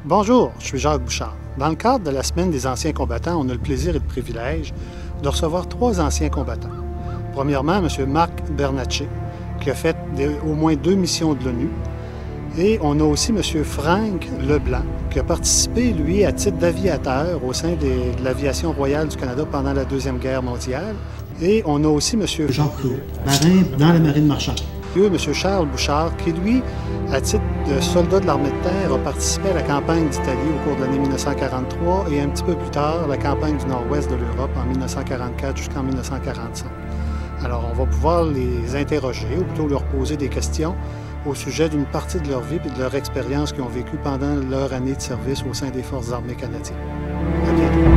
Bonjour, je suis Jacques Bouchard. Dans le cadre de la Semaine des anciens combattants, on a le plaisir et le privilège de recevoir 3 anciens combattants. Premièrement, M. Marc Bernatchez, qui a fait au moins 2 missions de l'ONU. Et on a aussi M. Frank Leblanc, qui a participé, lui, à titre d'aviateur au sein de l'aviation royale du Canada pendant la Deuxième Guerre mondiale. Et on a aussi M. Jean-Claude, marin dans la marine marchande. M. Charles Bouchard, qui, lui, à titre de soldat de l'armée de terre, a participé à la campagne d'Italie au cours de l'année 1943 et un petit peu plus tard, la campagne du nord-ouest de l'Europe en 1944 jusqu'en 1945. Alors, on va pouvoir les interroger, ou plutôt leur poser des questions au sujet d'une partie de leur vie et de leur expérience qu'ils ont vécue pendant leur année de service au sein des Forces armées canadiennes. À bientôt.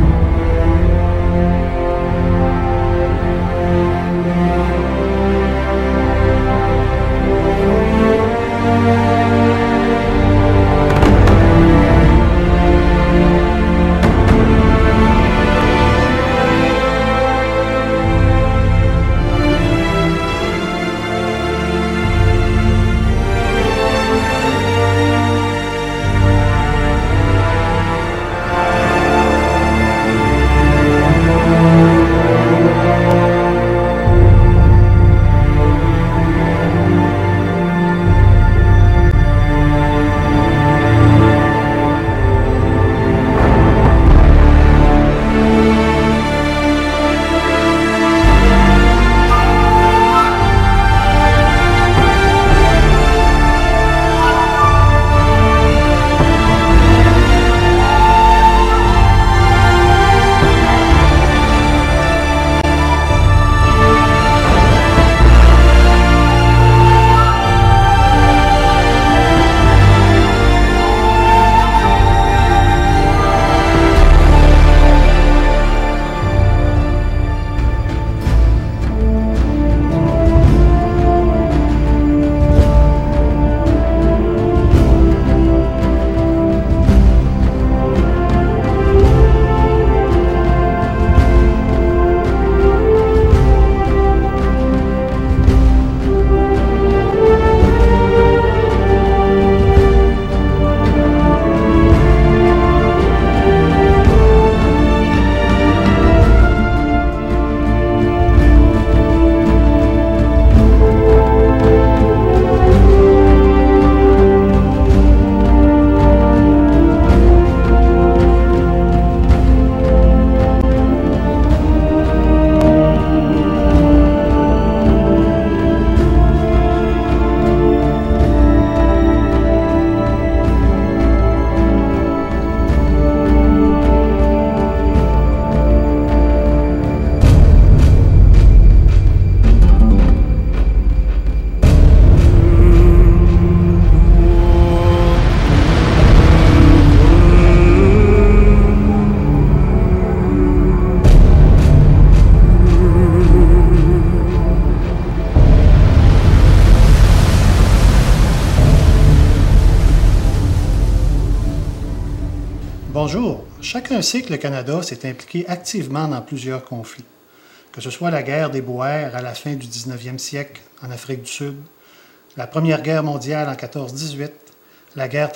Bonjour. Chacun sait que le Canada s'est impliqué activement dans plusieurs conflits, que ce soit la guerre des Boers à la fin du 19e siècle en Afrique du Sud, la Première Guerre mondiale en 14-18, la guerre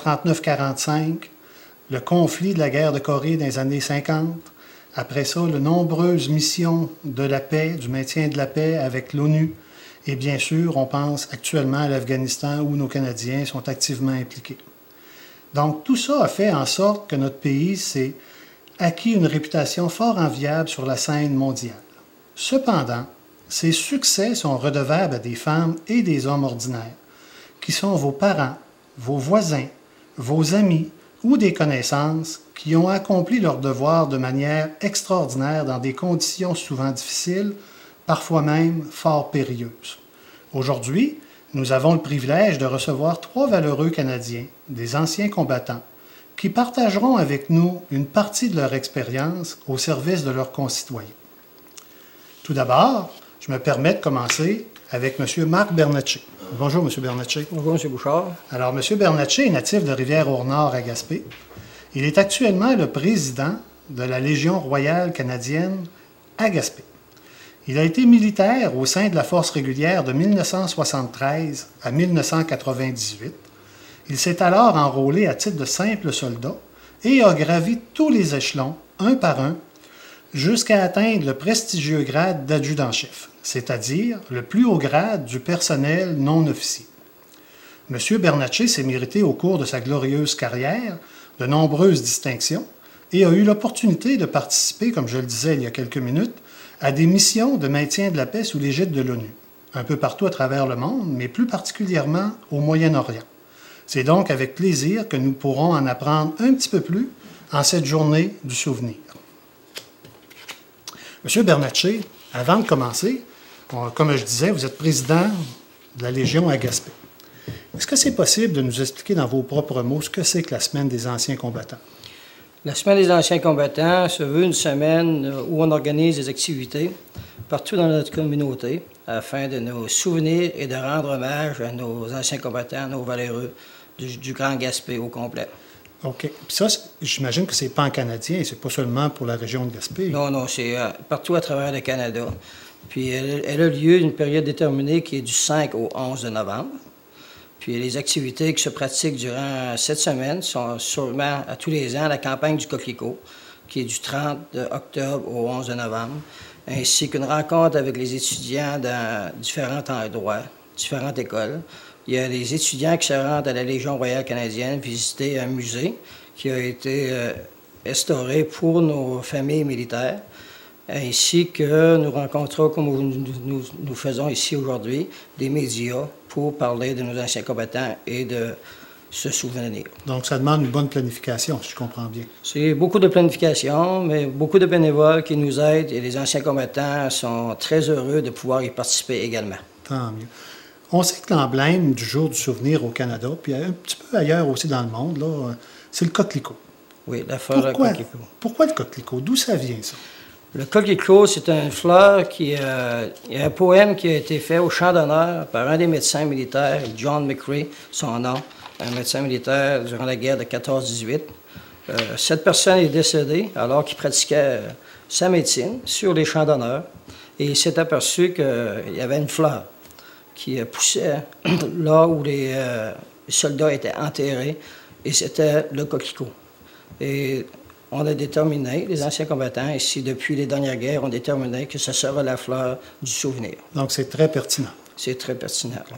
39-45, le conflit de la guerre de Corée dans les années 50, après ça, de nombreuses missions de la paix, du maintien de la paix avec l'ONU, et bien sûr, on pense actuellement à l'Afghanistan où nos Canadiens sont activement impliqués. Donc, tout ça a fait en sorte que notre pays s'est acquis une réputation fort enviable sur la scène mondiale. Cependant, ces succès sont redevables à des femmes et des hommes ordinaires, qui sont vos parents, vos voisins, vos amis ou des connaissances qui ont accompli leur devoir de manière extraordinaire dans des conditions souvent difficiles, parfois même fort périlleuses. Aujourd'hui, nous avons le privilège de recevoir 3 valeureux Canadiens, des anciens combattants, qui partageront avec nous une partie de leur expérience au service de leurs concitoyens. Tout d'abord, je me permets de commencer avec M. Marc Bernatchez. Bonjour, M. Bernatchez. Bonjour, M. Bouchard. Alors, M. Bernatchez est natif de Rivière-au-Nord à Gaspé. Il est actuellement le président de la Légion royale canadienne à Gaspé. Il a été militaire au sein de la force régulière de 1973 à 1998. Il s'est alors enrôlé à titre de simple soldat et a gravi tous les échelons, un par un, jusqu'à atteindre le prestigieux grade d'adjudant-chef, c'est-à-dire le plus haut grade du personnel non officier. M. Bernatchez s'est mérité au cours de sa glorieuse carrière de nombreuses distinctions et a eu l'opportunité de participer, comme je le disais il y a quelques minutes, à des missions de maintien de la paix sous l'égide de l'ONU, un peu partout à travers le monde, mais plus particulièrement au Moyen-Orient. C'est donc avec plaisir que nous pourrons en apprendre un petit peu plus en cette journée du souvenir. M. Bernatchez, avant de commencer, comme je disais, vous êtes président de la Légion à Gaspé. Est-ce que c'est possible de nous expliquer dans vos propres mots ce que c'est que la Semaine des anciens combattants? La Semaine des anciens combattants se veut une semaine où on organise des activités partout dans notre communauté afin de nous souvenir et de rendre hommage à nos anciens combattants, nos valeureux du Grand Gaspé au complet. OK. Puis ça, j'imagine que c'est pan-canadien, c'est pas seulement pour la région de Gaspé. Non, c'est partout à travers le Canada. Puis elle a lieu d'une période déterminée qui est du 5 au 11 de novembre. Puis les activités qui se pratiquent durant cette semaine sont sûrement à tous les ans la campagne du Coquelicot, qui est du 30 octobre au 11 de novembre, ainsi qu'une rencontre avec les étudiants dans différents endroits, différentes écoles. Il y a les étudiants qui se rendent à la Légion royale canadienne visiter un musée qui a été restauré pour nos familles militaires, ainsi que nous rencontrons, comme nous faisons ici aujourd'hui, des médias pour parler de nos anciens combattants et de se souvenir. Donc, ça demande une bonne planification, si je comprends bien. C'est beaucoup de planification, mais beaucoup de bénévoles qui nous aident et les anciens combattants sont très heureux de pouvoir y participer également. Tant mieux. On sait que l'emblème du Jour du souvenir au Canada, puis un petit peu ailleurs aussi dans le monde, là, c'est le coquelicot. Oui, la fleur de coquelicot. Pourquoi le coquelicot? D'où ça vient, ça? Le coquelicot, c'est une fleur qui... il y a un poème qui a été fait au champ d'honneur par un des médecins militaires, John McCrae, son nom, un médecin militaire durant la guerre de 14-18. Cette personne est décédée alors qu'il pratiquait sa médecine sur les champs d'honneur et il s'est aperçu qu'il y avait une fleur qui poussait là où les soldats étaient enterrés et c'était le coquelicot. Et on a déterminé, les anciens combattants ici, depuis les dernières guerres, ont déterminé que ce sera la fleur du souvenir. Donc, c'est très pertinent. C'est très pertinent. Là.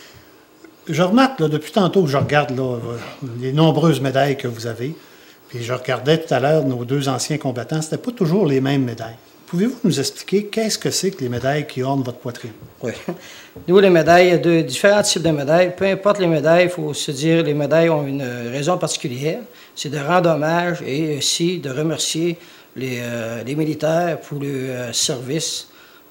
Je remarque, là, depuis tantôt que je regarde là, les nombreuses médailles que vous avez, puis je regardais tout à l'heure nos deux anciens combattants, ce n'étaient pas toujours les mêmes médailles. Pouvez-vous nous expliquer qu'est-ce que c'est que les médailles qui ornent votre poitrine? Oui. Nous, les médailles, il y a différents types de médailles. Peu importe les médailles, il faut se dire les médailles ont une raison particulière. C'est de rendre hommage et aussi de remercier les militaires pour le service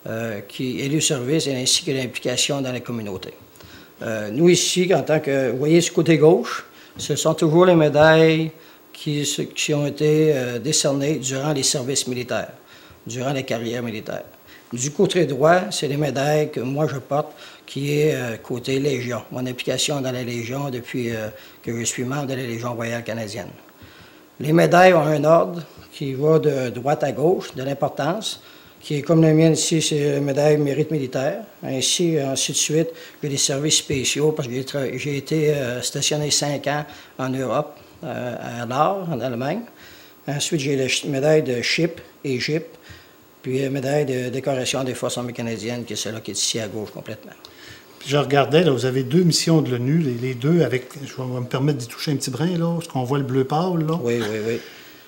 et le service ainsi que l'implication dans la communauté. Nous, ici, en tant que... Vous voyez, ce côté gauche, ce sont toujours les médailles qui ont été décernées durant les services militaires, durant la carrière militaire. Du côté droit, c'est les médailles que moi je porte, qui est côté Légion, mon implication dans la Légion depuis que je suis membre de la Légion royale canadienne. Les médailles ont un ordre qui va de droite à gauche, de l'importance, qui est comme la mienne ici, c'est la médaille mérite militaire. Ainsi de suite, j'ai des services spéciaux parce que j'ai été stationné 5 ans en Europe, à Lahr, en Allemagne. Ensuite, j'ai la médaille de SHIP et GIP, puis la médaille de décoration des Forces armées canadiennes, qui est celle-là qui est ici à gauche complètement. Puis je regardais, là, vous avez deux missions de l'ONU, les deux avec, je vais me permettre d'y toucher un petit brin, là, parce qu'on voit le bleu pâle, là. Oui, oui, oui.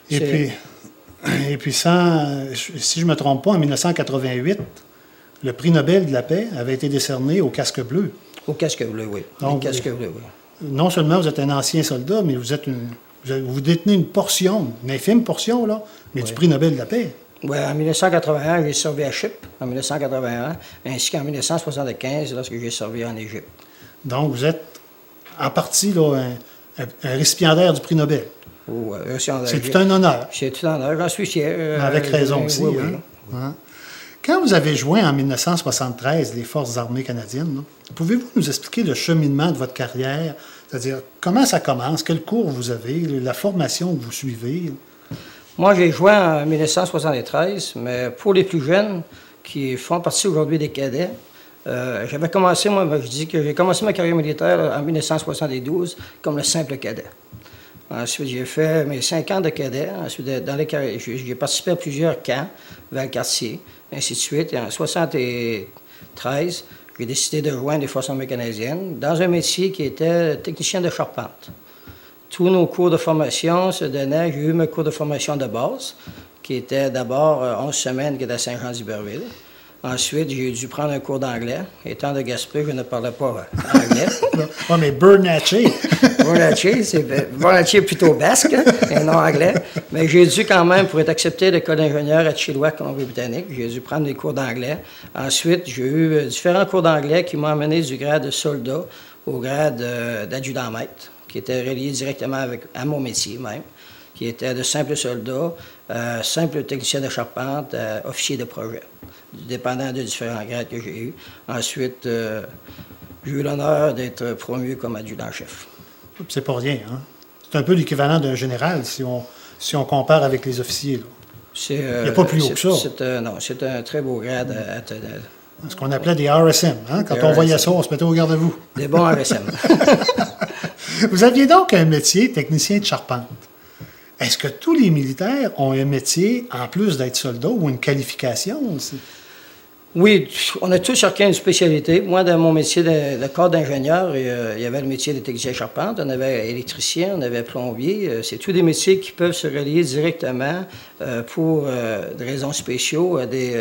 Et puis si je ne me trompe pas, en 1988, le prix Nobel de la paix avait été décerné au casque bleu. Au casque bleu, oui. Donc, le casque bleu, oui. Non seulement vous êtes un ancien soldat, mais vous détenez une portion, une infime portion, là, mais du prix Nobel de la paix. Oui, en 1981, j'ai servi à Chypre, en 1981, ainsi qu'en 1975, lorsque j'ai servi en Égypte. Donc, vous êtes en partie là, un récipiendaire du prix Nobel. Oui, c'est tout un honneur. C'est tout un honneur, j'en suis fier. Avec raison aussi. Oui, hein? Oui. Hein? Quand vous avez joint en 1973 les Forces armées canadiennes, pouvez-vous nous expliquer le cheminement de votre carrière? C'est-à-dire, comment ça commence? Quel cours vous avez? La formation que vous suivez? Moi, j'ai joint en 1973, mais pour les plus jeunes qui font partie aujourd'hui des cadets, j'avais commencé, moi, je dis que j'ai commencé ma carrière militaire en 1972 comme le simple cadet. Ensuite, j'ai fait mes 5 ans de cadet. Ensuite, j'ai participé à plusieurs camps vers le quartier, ainsi de suite. Et en 1973, j'ai décidé de rejoindre les Forces armées canadiennes dans un métier qui était technicien de charpente. Tous nos cours de formation se donnaient. J'ai eu mes cours de formation de base, qui était d'abord 11 semaines, qui était à Saint-Jean-d'Iberville. Ensuite, j'ai dû prendre un cours d'anglais. Étant de Gaspé, je ne parlais pas anglais. Oui, mais Bernatchez. Bernatchez est plutôt basque et non anglais. Mais j'ai dû quand même, pour être accepté à l'école d'ingénieur à Chilliwack, Colombie-Britannique, j'ai dû prendre des cours d'anglais. Ensuite, j'ai eu différents cours d'anglais qui m'ont amené du grade de soldat au grade d'adjudant-maître, qui était relié directement à mon métier même, qui était de simple soldat, simple technicien de charpente, officier de projet, dépendant de différents grades que j'ai eus. Ensuite, j'ai eu l'honneur d'être promu comme adjudant-chef. C'est pas rien, hein? C'est un peu l'équivalent d'un général, si on compare avec les officiers, là. Il n'y a pas plus haut que ça. Non, c'est un très beau grade à ce qu'on appelait des RSM, hein? Quand on voyait ça, on se mettait au garde-à-vous. Des bons RSM. Vous aviez donc un métier technicien de charpente. Est-ce que tous les militaires ont un métier, en plus d'être soldat, ou une qualification aussi? Oui, on a tous chacun une spécialité. Moi, dans mon métier de corps d'ingénieur, il y avait le métier de technicien charpente, on avait électricien, on avait plombier. C'est tous des métiers qui peuvent se relier directement pour des raisons spéciaux à des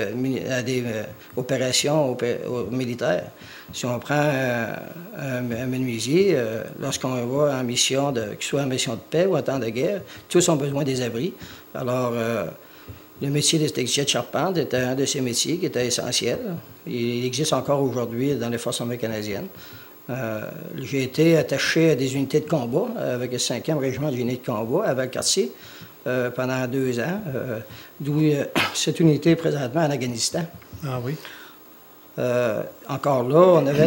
opérations militaires. Si on prend un menuisier, lorsqu'on va en mission, que ce soit en mission de paix ou en temps de guerre, tous ont besoin des abris. Alors, le métier de technicien de charpente était un de ces métiers qui était essentiel. Il existe encore aujourd'hui dans les Forces armées canadiennes. J'ai été attaché à des unités de combat avec le 5e régiment de unités de combat à Valcartier pendant 2 ans, d'où cette unité est présentement en Afghanistan. Ah oui. Encore là, on avait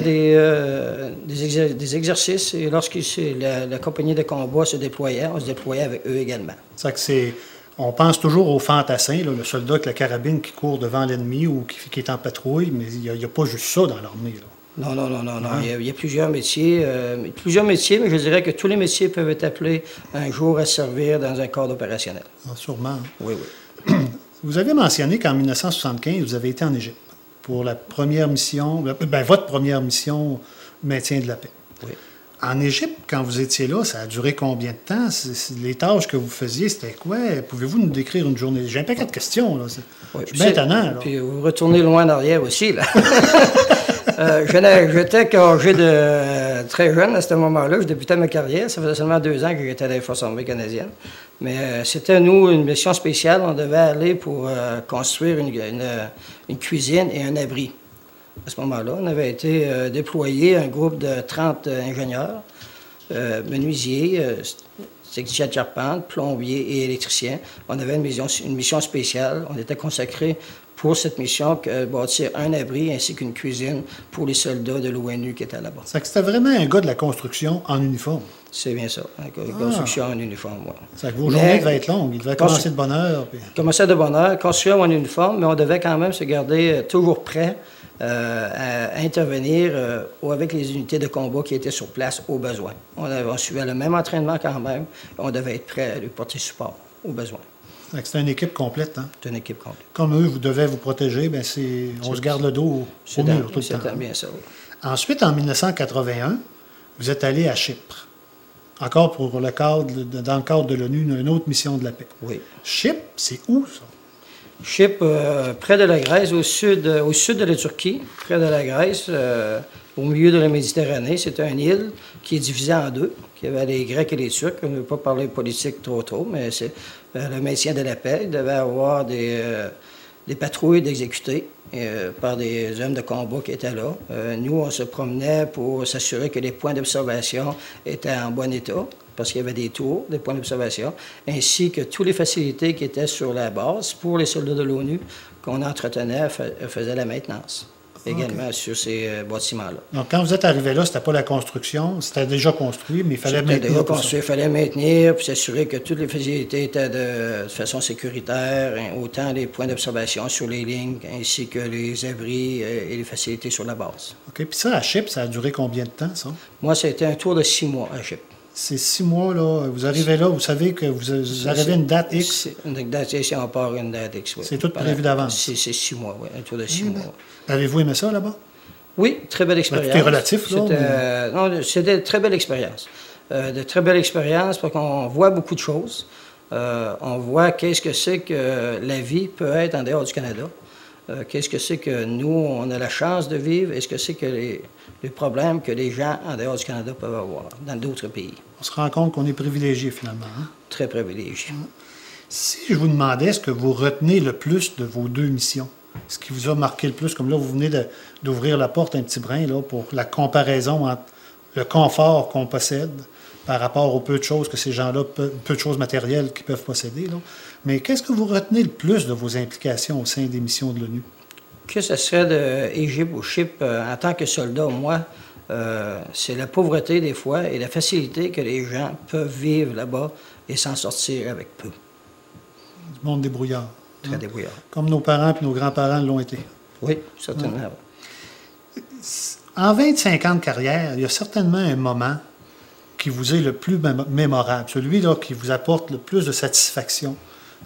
des exercices et lorsque la compagnie de combat se déployait, on se déployait avec eux également. C'est que on pense toujours au fantassin, là, le soldat avec la carabine qui court devant l'ennemi ou qui est en patrouille, mais il n'y a pas juste ça dans l'armée, là. Non. Ah. Il y a plusieurs métiers, mais je dirais que tous les métiers peuvent être appelés un jour à servir dans un corps opérationnel. Ah, sûrement. Oui. Vous avez mentionné qu'en 1975, vous avez été en Égypte pour la première mission, votre première mission maintien de la paix. Oui. En Égypte, quand vous étiez là, ça a duré combien de temps? Les tâches que vous faisiez, c'était quoi? Pouvez-vous nous décrire une journée? J'ai un paquet de questions, là. Oui, c'est bien étonnant, là. Puis vous retournez loin en arrière aussi, là. J'étais âgé de très jeune à ce moment-là. Je débutais ma carrière. Ça faisait seulement 2 ans que j'étais dans les Forces armées canadiennes. Mais c'était, nous, une mission spéciale. On devait aller pour construire une cuisine et un abri. À ce moment-là, on avait été déployé, un groupe de 30 ingénieurs, menuisiers, techniciens de charpente, plombiers et électriciens. On avait une mission spéciale. On était consacrés pour cette mission, bâtir un abri ainsi qu'une cuisine pour les soldats de l'ONU qui étaient là-bas. C'est que c'était vraiment un gars de la construction en uniforme. C'est bien ça, construction en uniforme, oui. C'est que vos journées devaient être longues. Ils devaient commencer de bonne heure. Puis... Commencer de bonne heure, construire en uniforme, mais on devait quand même se garder toujours prêt à intervenir avec les unités de combat qui étaient sur place au besoin. On suivait le même entraînement quand même, et on devait être prêt à lui porter support au besoin. C'est une équipe complète, hein? C'est une équipe complète. Comme eux, vous devez vous protéger, on se garde le dos au mur tout le temps. C'est bien ça, oui. Ensuite, en 1981, vous êtes allé à Chypre. Encore dans le cadre de l'ONU, une autre mission de la paix. Oui. Chypre, c'est où, ça? Chypre, près de la Grèce, au sud de la Turquie, près de la Grèce, au milieu de la Méditerranée. C'est une île qui est divisée en 2. Il y avait les Grecs et les Turcs. On ne veut pas parler politique trop, mais c'est le maintien de la paix. Il devait y avoir des patrouilles d'exécutés par des hommes de combat qui étaient là. Nous, on se promenait pour s'assurer que les points d'observation étaient en bon état, parce qu'il y avait des tours, des points d'observation, ainsi que toutes les facilités qui étaient sur la base pour les soldats de l'ONU qu'on entretenait, faisaient la maintenance également sur ces bâtiments-là. Donc, quand vous êtes arrivé là, c'était pas la construction, c'était déjà construit, mais il fallait maintenir. C'était déjà construit, il fallait maintenir, puis s'assurer que toutes les facilités étaient de façon sécuritaire, autant les points d'observation sur les lignes, ainsi que les abris et les facilités sur la base. OK. Puis ça, à Chypre, ça a duré combien de temps, ça? Moi, ça a été un tour de 6 mois à Chypre. c'est 6 mois, là. Vous arrivez là, vous savez que vous arrivez à une date X. Une date X, on part une date X, oui. C'est tout prévu d'avance. C'est 6 mois, oui, un tour de 6 mois. Avez-vous aimé ça, là-bas? Oui, très belle expérience. Tout est relatif, là. Non, c'était une très belle expérience. De très belle expérience parce qu'on voit beaucoup de choses. On voit qu'est-ce que c'est que la vie peut être en dehors du Canada. Qu'est-ce que c'est que nous, on a la chance de vivre et ce que c'est que les problèmes que les gens en dehors du Canada peuvent avoir dans d'autres pays. On se rend compte qu'on est privilégié, finalement. Hein? Très privilégié. Si je vous demandais ce que vous retenez le plus de vos 2 missions, ce qui vous a marqué le plus, comme là, vous venez d'ouvrir la porte un petit brin là, pour la comparaison entre le confort qu'on possède par rapport aux peu de choses que ces gens-là, peu de choses matérielles qu'ils peuvent posséder. Là. Mais qu'est-ce que vous retenez le plus de vos implications au sein des missions de l'ONU? Que ce serait d'Égypte au Chypre, en tant que soldat, moi, c'est la pauvreté des fois et la facilité que les gens peuvent vivre là-bas et s'en sortir avec peu. Du monde débrouillard. Très débrouillard. Comme nos parents et nos grands-parents l'ont été. Oui, certainement. Ouais. En 25 ans de carrière, il y a certainement un moment qui vous est le plus mémorable, celui-là qui vous apporte le plus de satisfaction.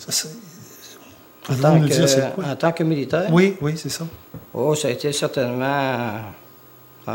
En tant que militaire? Oui, oui, c'est ça. Oh, ça a été certainement en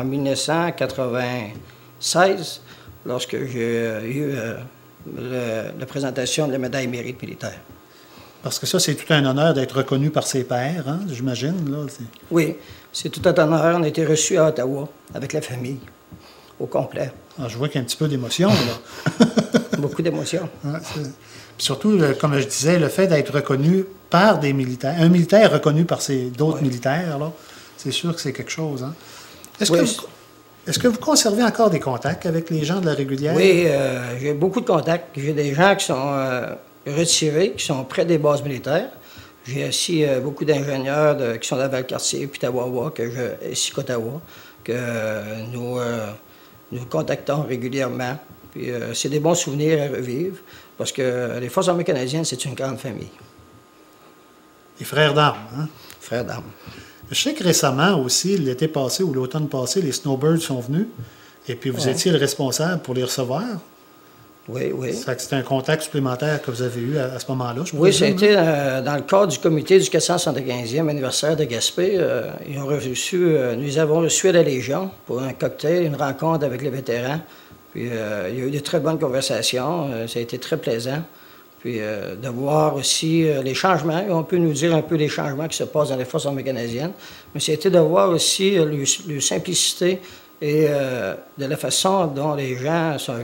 1996, lorsque j'ai eu la présentation de la médaille mérite militaire. Parce que ça, c'est tout un honneur d'être reconnu par ses pairs, hein, j'imagine. Là, oui, c'est tout un honneur. On a été reçus à Ottawa avec la famille, au complet. Ah, je vois qu'il y a un petit peu d'émotion, là. Beaucoup d'émotion. Ouais, surtout, comme je disais, le fait d'être reconnu par des militaires. Un militaire reconnu par d'autres militaires, là, c'est sûr que c'est quelque chose. Hein? Est-ce que vous conservez encore des contacts avec les gens de la régulière? Oui, j'ai beaucoup de contacts. J'ai des gens qui sont retirés, qui sont près des bases militaires. J'ai aussi beaucoup d'ingénieurs qui sont à Valcartier, puis Tawawa, ici qu'Ottawa, que nous contactons régulièrement. Puis c'est des bons souvenirs à revivre, parce que les Forces armées canadiennes, c'est une grande famille. Les frères d'armes, hein? Frères d'armes. Je sais que récemment aussi, l'été passé ou l'automne passé, les Snowbirds sont venus, et puis vous étiez le responsable pour les recevoir. Oui, oui. C'est un contact supplémentaire que vous avez eu à ce moment-là, je Oui, c'était dans le cadre du comité du 475e anniversaire de Gaspé. Nous avons reçu à la Légion pour un cocktail, une rencontre avec les vétérans. Puis il y a eu de très bonnes conversations. Ça a été très plaisant. Puis de voir aussi les changements. On peut nous dire un peu les changements qui se passent dans les Forces armées canadiennes. Mais c'était de voir aussi leur simplicité et de la façon dont les gens sont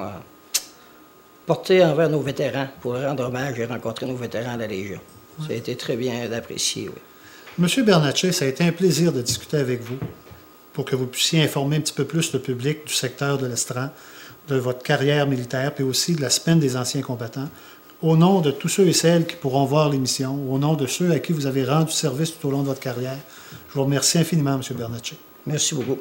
portés envers nos vétérans pour rendre hommage et rencontrer nos vétérans à la Légion. Oui. Ça a été très bien apprécié, oui. Monsieur Bernatchez, ça a été un plaisir de discuter avec vous pour que vous puissiez informer un petit peu plus le public du secteur de l'Estran, de votre carrière militaire, puis aussi de la Semaine des anciens combattants. Au nom de tous ceux et celles qui pourront voir l'émission, au nom de ceux à qui vous avez rendu service tout au long de votre carrière, je vous remercie infiniment, M. Bernatchez. Merci beaucoup.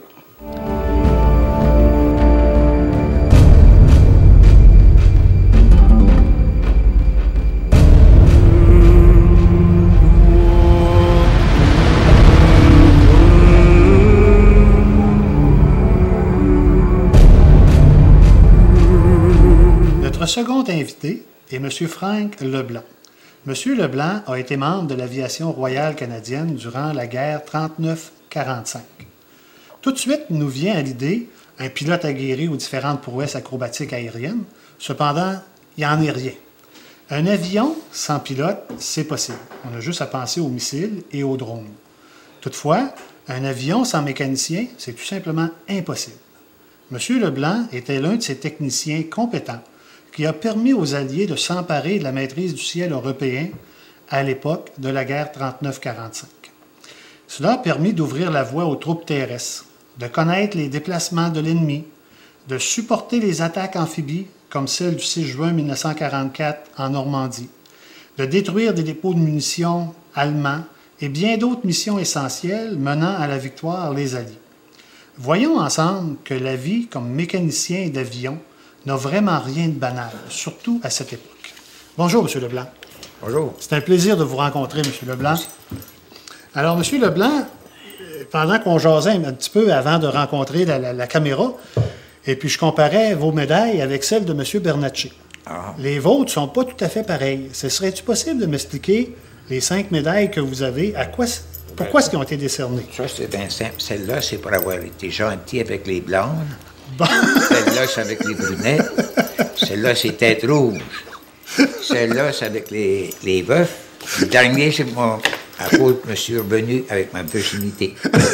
Notre second invité est M. Frank Leblanc. M. Leblanc a été membre de l'aviation royale canadienne durant la guerre 39-45. Tout de suite nous vient à l'idée un pilote aguerri aux différentes prouesses acrobatiques aériennes. Cependant, il n'y en est rien. Un avion sans pilote, c'est possible. On a juste à penser aux missiles et aux drones. Toutefois, un avion sans mécanicien, c'est tout simplement impossible. M. Leblanc était l'un de ces techniciens compétents qui a permis aux Alliés de s'emparer de la maîtrise du ciel européen à l'époque de la guerre 39-45. Cela a permis d'ouvrir la voie aux troupes terrestres, de connaître les déplacements de l'ennemi, de supporter les attaques amphibies comme celle du 6 juin 1944 en Normandie, de détruire des dépôts de munitions allemands et bien d'autres missions essentielles menant à la victoire les Alliés. Voyons ensemble que la vie comme mécanicien d'avion n'a vraiment rien de banal, surtout à cette époque. Bonjour, M. Leblanc. Bonjour. C'est un plaisir de vous rencontrer, M. Leblanc. Alors, M. Leblanc, pendant qu'on jasait un petit peu avant de rencontrer la caméra, Et puis, je comparais vos médailles avec celles de M. Bernatchez. Ah. Les vôtres ne sont pas tout à fait pareilles. Serait-il possible de m'expliquer les 5 médailles que vous avez, pourquoi est-ce qu'ils ont été décernés? Ça, c'est bien simple. Celle-là, c'est pour avoir été gentil avec les blondes. Bon. Celle-là, c'est avec les brunettes. Celle-là, c'est tête rouge. Celle-là, c'est avec les veufs. Le dernier, c'est à cause de je suis revenu avec ma virginité.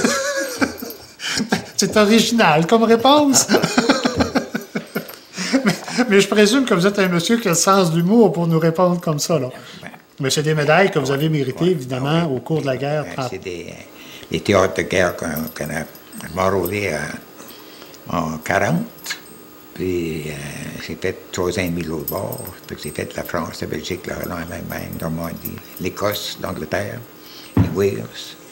C'est original comme réponse. mais je présume que vous êtes un monsieur qui a le sens de l'humour pour nous répondre comme ça, là. Mais c'est des médailles que vous avez méritées, évidemment, au cours de la guerre. C'est des théâtres de guerre qu'on a marolés en 40. Puis j'ai fait 3 ans et demi l'autre bord. Puis j'ai fait la France, la Belgique, la Hollande, l'Allemagne, la Normandie, l'Écosse, l'Angleterre, les Wales.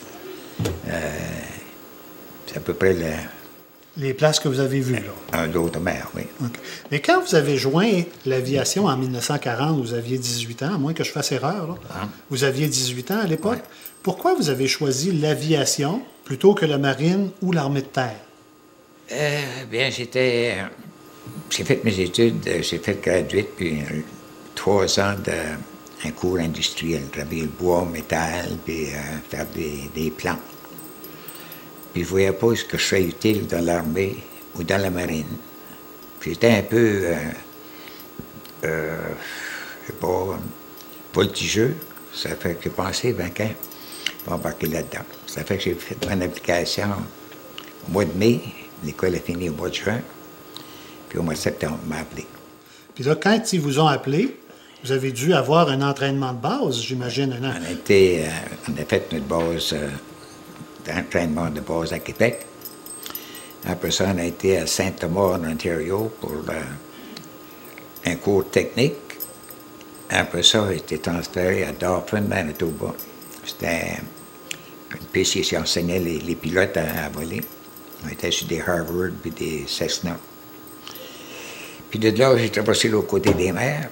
C'est à peu près les places que vous avez vues, là. L'autre mer, oui. Okay. Mais quand vous avez joint l'aviation en 1940, vous aviez 18 ans, à moins que je fasse erreur, là. Hein? Vous aviez 18 ans à l'époque. Ouais. Pourquoi vous avez choisi l'aviation plutôt que la marine ou l'armée de terre? Bien, j'ai fait mes études, j'ai fait graduate, puis 3 ans d'un cours industriel, travailler le bois, métal, puis faire des plans. Puis je ne voyais pas ce que je serais utile dans l'armée ou dans la marine. Puis j'étais un peu, je sais pas, voltigeux. Ça fait que j'ai pensé, 20 ans, je vais embarquer là-dedans. Ça fait que j'ai fait mon application au mois de mai. L'école a fini au mois de juin. Puis au mois de septembre, on m'a appelé. Puis là, quand ils vous ont appelé, vous avez dû avoir un entraînement de base, j'imagine. On a fait notre base d'entraînement de base à Québec. Après ça, on a été à Saint-Thomas, en Ontario, pour un cours technique. Après ça, on a été transféré à Dauphin, Manitoba. C'était une piste qui enseignait les pilotes à voler. On était sur des Harvard puis des Cessna. Puis de là, j'ai traversé l'autre côté des mers.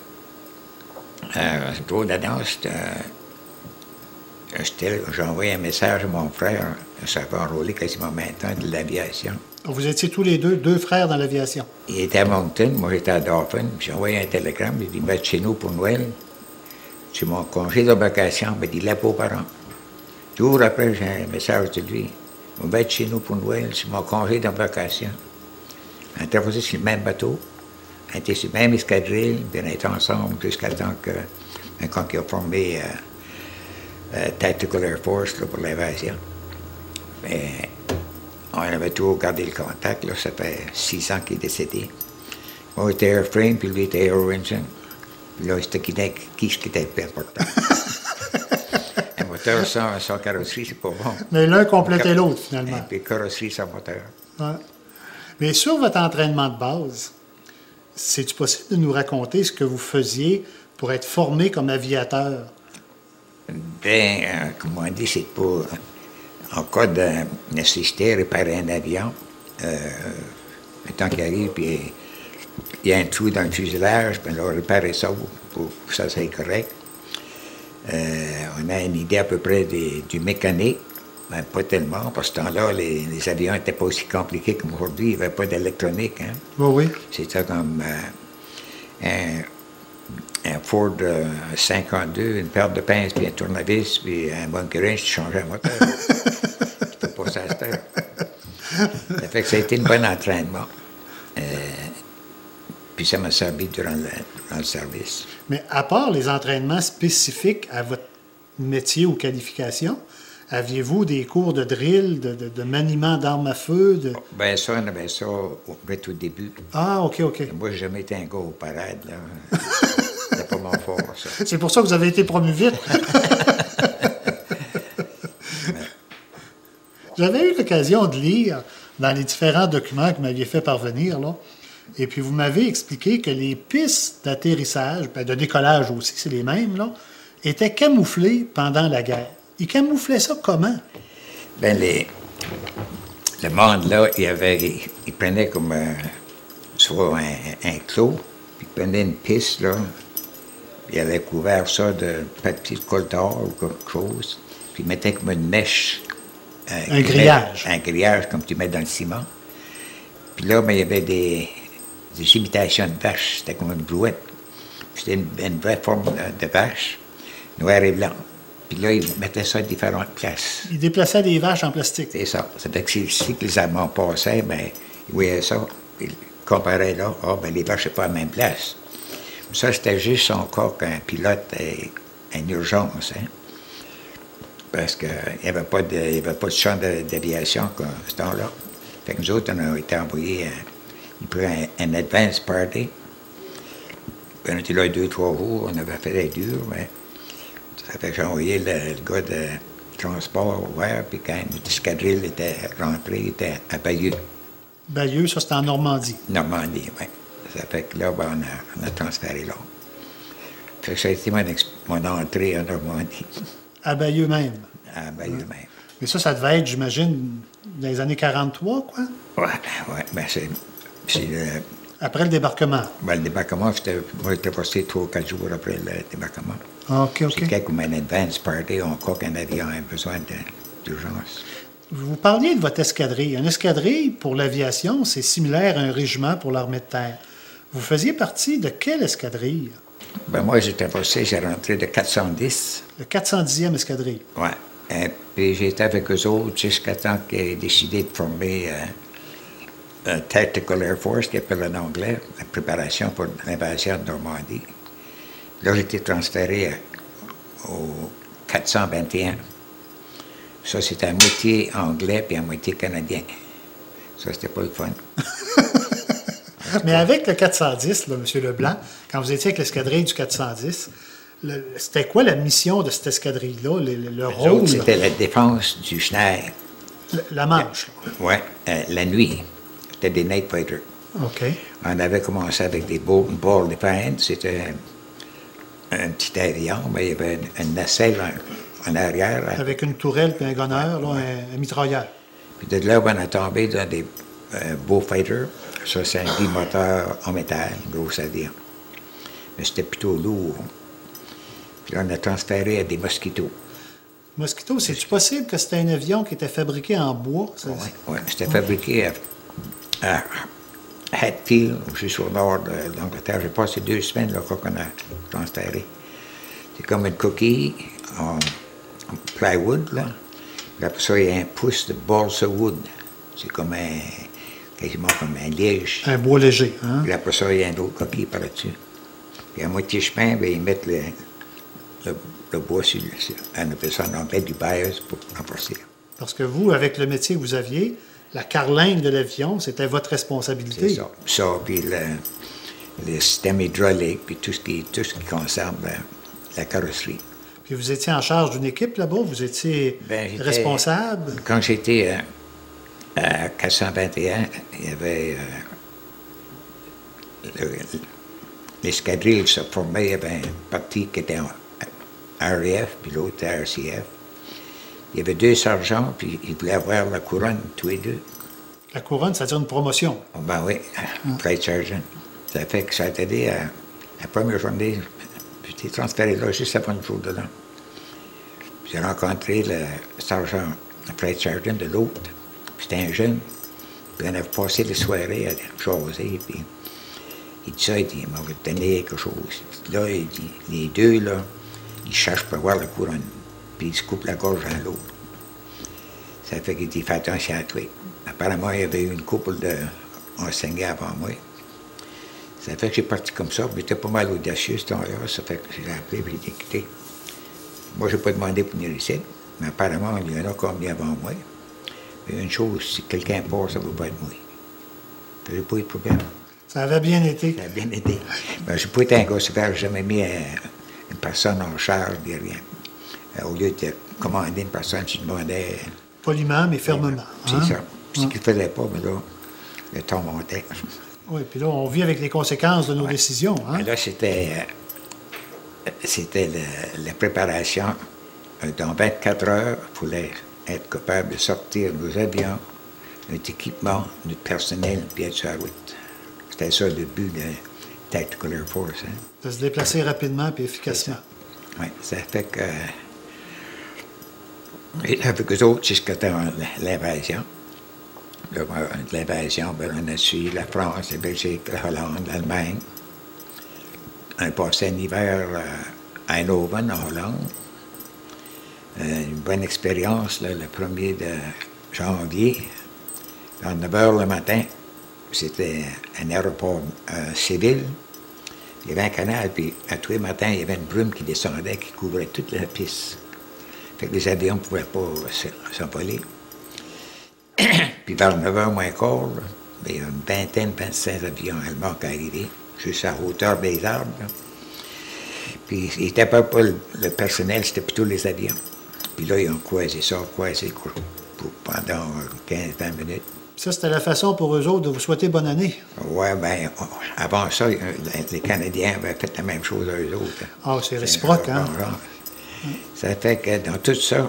Trop d'annonces, j'ai envoyé un message à mon frère, ça va enrôler quasiment maintenant de l'aviation. Vous étiez tous les deux frères dans l'aviation? Il était à Moncton, moi j'étais à Dauphin, j'ai envoyé un télégramme, il dit « Va chez nous pour Noël. C'est mon congé d'embarcation, il dit « L'impôt par an. » Jour après, j'ai un message de lui. « On va être chez nous pour Noël, c'est mon congé d'embarcation. » On a traversé sur le même bateau, on était sur le même escadrille, puis on était ensemble jusqu'à temps quand il a formé Tactical Air Force là, pour l'invasion. Mais on avait toujours gardé le contact, là, ça fait 6 ans qu'il est décédé. Moi, j'étais airframe, puis lui était aero-engine. Puis là, c'était qui était le plus important. Un moteur sans carrosserie, c'est pas bon. Mais l'un complétait l'autre, finalement. Et puis carrosserie sans moteur. Ouais. Mais sur votre entraînement de base, c'est-tu possible de nous raconter ce que vous faisiez pour être formé comme aviateur? Bien, comme on dit, c'est pas... En cas de nécessité, réparer un avion, le temps qu'il arrive, puis il y a un trou dans le fuselage, puis on va réparer ça pour que ça soit correct. On a une idée à peu près du mécanique, mais pas tellement, parce que ce temps-là, les avions n'étaient pas aussi compliqués comme aujourd'hui, il n'y avait pas d'électronique. Hein? Oui. C'était comme un Ford 52, une paire de pinces, puis un tournevis, puis un bunkerage, tu changeais un moteur. C'était pas ça à cette heure. Ça fait que ça a été un bon entraînement. Puis ça m'a servi durant le service. Mais à part les entraînements spécifiques à votre métier ou qualification, aviez-vous des cours de drill, de maniement d'armes à feu? Bien, ça, on avait ça au début. Ah, OK. Moi, j'ai jamais été un gars au parade, là. C'était pas mon fort, ça. C'est pour ça que vous avez été promu vite. J'avais eu l'occasion de lire dans les différents documents que vous m'aviez fait parvenir, là, et puis vous m'avez expliqué que les pistes d'atterrissage, de décollage aussi, c'est les mêmes, là, étaient camouflées pendant la guerre. Ils camouflaient ça comment? Bien, le monde, là, il prenait comme soit un clos, puis il prenait une piste, là, puis il avait couvert ça de papier de coltard ou quelque chose, puis il mettait comme une mèche. Un grillage. Un grillage, comme tu mets dans le ciment. Puis là, ben, il y avait des imitations de vaches. C'était comme une brouette. C'était une vraie forme de vache, noir et blanc. Puis là, ils mettaient ça à différentes places. Ils déplaçaient des vaches en plastique. C'est ça. Ça fait que si les Allemands passaient, ben, ils voyaient ça, ils comparaient là. Ah, ben, les vaches, c'est pas à la même place. Ça, c'était juste encore qu'un pilote ait une urgence, hein? Parce qu'il n'y avait pas de champ d'aviation à ce temps-là. Fait que nous autres, on a été envoyés, ils prenaient un advance party. Puis on était là 2-3 jours, on avait fait les durs, mais ça fait que j'ai envoyé le gars de transport ouvert, puis quand notre escadrille était rentrée, il était à Bayeux. Bayeux, ça, c'était en Normandie. Normandie, oui. Ça fait que là, ben, on a transféré là. Fait que ça a été mon entrée en Normandie. À Bayeux même. À Bayeux même. Mais ça devait être, j'imagine, dans les années 43, quoi? Oui, ben c'est Après le débarquement. Ben, le débarquement, moi, j'étais passé 3 ou 4 jours après le débarquement. OK. C'était comme un advance party, on croit qu'un avion a besoin d'urgence. Vous parliez de votre escadrille. Une escadrille, pour l'aviation, c'est similaire à un régiment pour l'armée de terre. Vous faisiez partie de quelle escadrille? Ben, moi, j'étais passé, j'ai rentré de 410. Le 410e escadrille. Oui. Puis j'étais avec eux autres jusqu'à temps qu'ils aient décidé de former un Tactical Air Force, qui appelle en anglais, la préparation pour l'invasion de Normandie. Là, j'ai été transféré au 421. Ça, c'était à moitié anglais puis à moitié canadien. Ça, c'était pas le fun. Mais avec le 410, là, M. Leblanc, quand vous étiez avec l'escadrille du 410, c'était quoi la mission de cette escadrille-là, le rôle? C'était la défense du Schneider. La Manche. Oui, la nuit. C'était des night fighters. OK. On avait commencé avec des ball defense. C'était un petit avion, mais il y avait une nacelle en arrière. Avec une tourelle puis un gunner, là, un mitrailleur. Puis de là, on a tombé dans des beaux fighters. Ça, c'est un bimoteur en métal, gros avion. Mais c'était plutôt lourd. Puis là, on a transféré à des Mosquito. Mosquito, c'est-tu possible que c'était un avion qui était fabriqué en bois? Oui, c'était fabriqué à Hatfield, juste au nord de l'Angleterre. J'ai passé 2 semaines là, quand on a transféré. C'est comme une coquille en plywood, là. Puis après ça, il y a un pouce de balsa wood. C'est comme quasiment comme un liège. Un bois léger, hein? Puis après ça, il y a une autre coquille par-dessus. Puis à moitié chemin, bien, ils mettent le bois sur on appelle ça en anglais du bias pour renforcer. Parce que vous, avec le métier que vous aviez, la carlingue de l'avion, c'était votre responsabilité. C'est ça. Ça, puis le système hydraulique, puis tout ce qui concerne la carrosserie. Puis vous étiez en charge d'une équipe là-bas? Vous étiez responsable? Quand j'étais à 421, il y avait l'escadrille se formait, il y avait une partie qui était en RAF, puis l'autre RCF. Il y avait 2 sergents, puis ils voulaient avoir la couronne, tous les 2. La couronne, c'est-à-dire une promotion? Oh, ben oui, Flight Sergeant. Ça fait que ça a aidé à la première journée. J'étais transféré là juste avant le jour de l'an. J'ai rencontré le sergent, le Flight Sergeant de l'autre. C'était un jeune. Puis on avait passé les soirées à jaser, puis il dit ça, il dit, on va te donner quelque chose. Puis là, il dit, les 2, là, ils cherchent pour voir la couronne. Puis ils se coupent la gorge à l'autre. Ça fait qu'il dit, fais attention à toi. Apparemment, il y avait eu une couple d'enseignants avant moi. Ça fait que j'ai parti comme ça. J'étais pas mal audacieux ce temps-là. Ça fait que j'ai appelé et j'ai dit, écoutez, moi, je n'ai pas demandé pour venir ici, mais apparemment, il y en a combien avant moi. Mais une chose, si quelqu'un part, ça ne va pas être moi. Ça n'a pas eu de problème. Ça avait bien été. Ça a bien été. Ben, je n'ai pas été un gars sévère, j'ai jamais mis une personne en charge de rien. Au lieu de commander une personne, je demandais. Poliment, mais fermement. C'est ça. Puis ce qu'il ne faisait pas, mais là, le temps montait. Oui, puis là, on vit avec les conséquences de nos décisions. Hein? Mais là, c'était la préparation. Dans 24 heures, il fallait être capable de sortir nos avions, notre équipement, notre personnel, puis être sur la route. C'était ça le but de Tactical Air Force. Hein? De se déplacer rapidement et efficacement. Oui, ça fait que. Et avec eux autres, jusqu'à l'invasion. de l'invasion, ben, on a suivi la France, la Belgique, la Hollande, l'Allemagne. On a passé un hiver à Eindhoven, en Hollande. Une bonne expérience, là, le 1er de janvier, à 9 h le matin. C'était un aéroport civil. Il y avait un canal, puis à tous les matins, il y avait une brume qui descendait, qui couvrait toute la piste. Fait que les avions ne pouvaient pas s'envoler. Puis vers 9 h moins quart, il y a une vingtaine, 25 avions allemands qui arrivaient, juste à hauteur des arbres. Là. Puis il n'était pas le personnel, c'était plutôt les avions. Puis là, ils ont croisé pendant 15-20 minutes. Ça, c'était la façon pour eux autres de vous souhaiter bonne année. Oui, bien, avant ça, les Canadiens avaient fait la même chose à eux autres. Ah, c'est réciproque, hein? Ça fait que dans tout ça,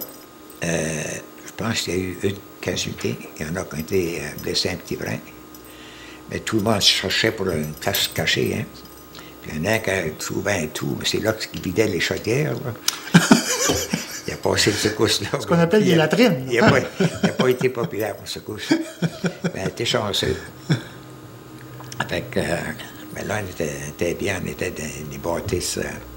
je pense qu'il y a eu une casualité. Il y en a qui ont été blessés un petit brin. Mais tout le monde se cherchait pour une place cachée, hein? Puis il y en a qui a trouvé un trou, mais c'est là qu'il vidait les chaudières, là. Il a passé une secousse là. Ce qu'on appelle des latrines. Il n'a pas été populaire pour secousse. Mais il était chanceux. Fait que, mais là, on était bien, on était dans des bâtisses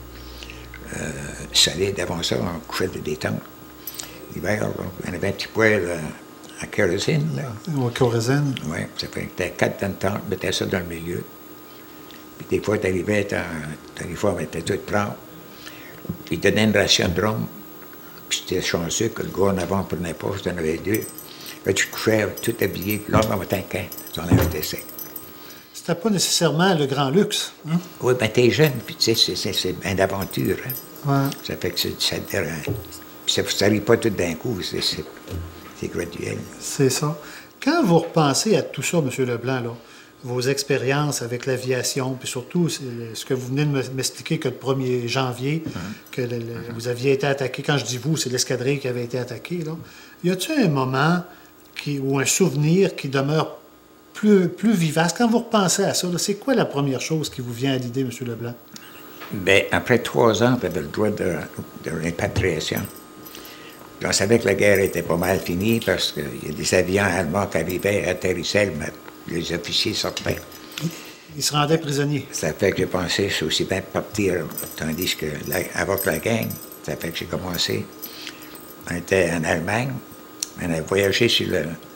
solides. Avant ça, on couchait de détente. L'hiver, on avait un petit poêle à kérosène, là. Au kérosène? Oui, ça fait que t'avais 4 tonnes de tente, on mettait ça dans le milieu. Puis des fois, t'arrivais, ton uniforme était tout propre. Puis il donnait une ration de rhum. Puis j'étais chanceux que le gars en avant ne prenait pas, j'en avais 2. Là, tu couchais tout habillé, puis là, on va t'inquiéter, tu en avais sec. C'était pas nécessairement le grand luxe. Hein? Oui, bien, t'es jeune, puis tu sais, c'est une aventure. Hein? Ouais. Ça fait que ça n'arrive pas tout d'un coup, c'est graduel. C'est ça. Quand vous repensez à tout ça, M. Leblanc, là, vos expériences avec l'aviation, puis surtout ce que vous venez de m'expliquer que le 1er janvier, que vous aviez été attaqué, quand je dis vous, c'est l'escadrille qui avait été attaquée, là. Y a-t-il un moment ou un souvenir qui demeure plus vivace? Quand vous repensez à ça, c'est quoi la première chose qui vous vient à l'idée, M. Leblanc? Bien, après 3 ans, on avait le droit de répatriation. Puis on savait que la guerre était pas mal finie parce qu'il y a des avions allemands qui arrivaient, atterrissaient, mais les officiers sortaient. Ils se rendaient prisonniers. Ça fait que j'ai pensé, c'est aussi bien de partir, tandis que avec la gang, ça fait que j'ai commencé. On était en Allemagne, on a voyagé sur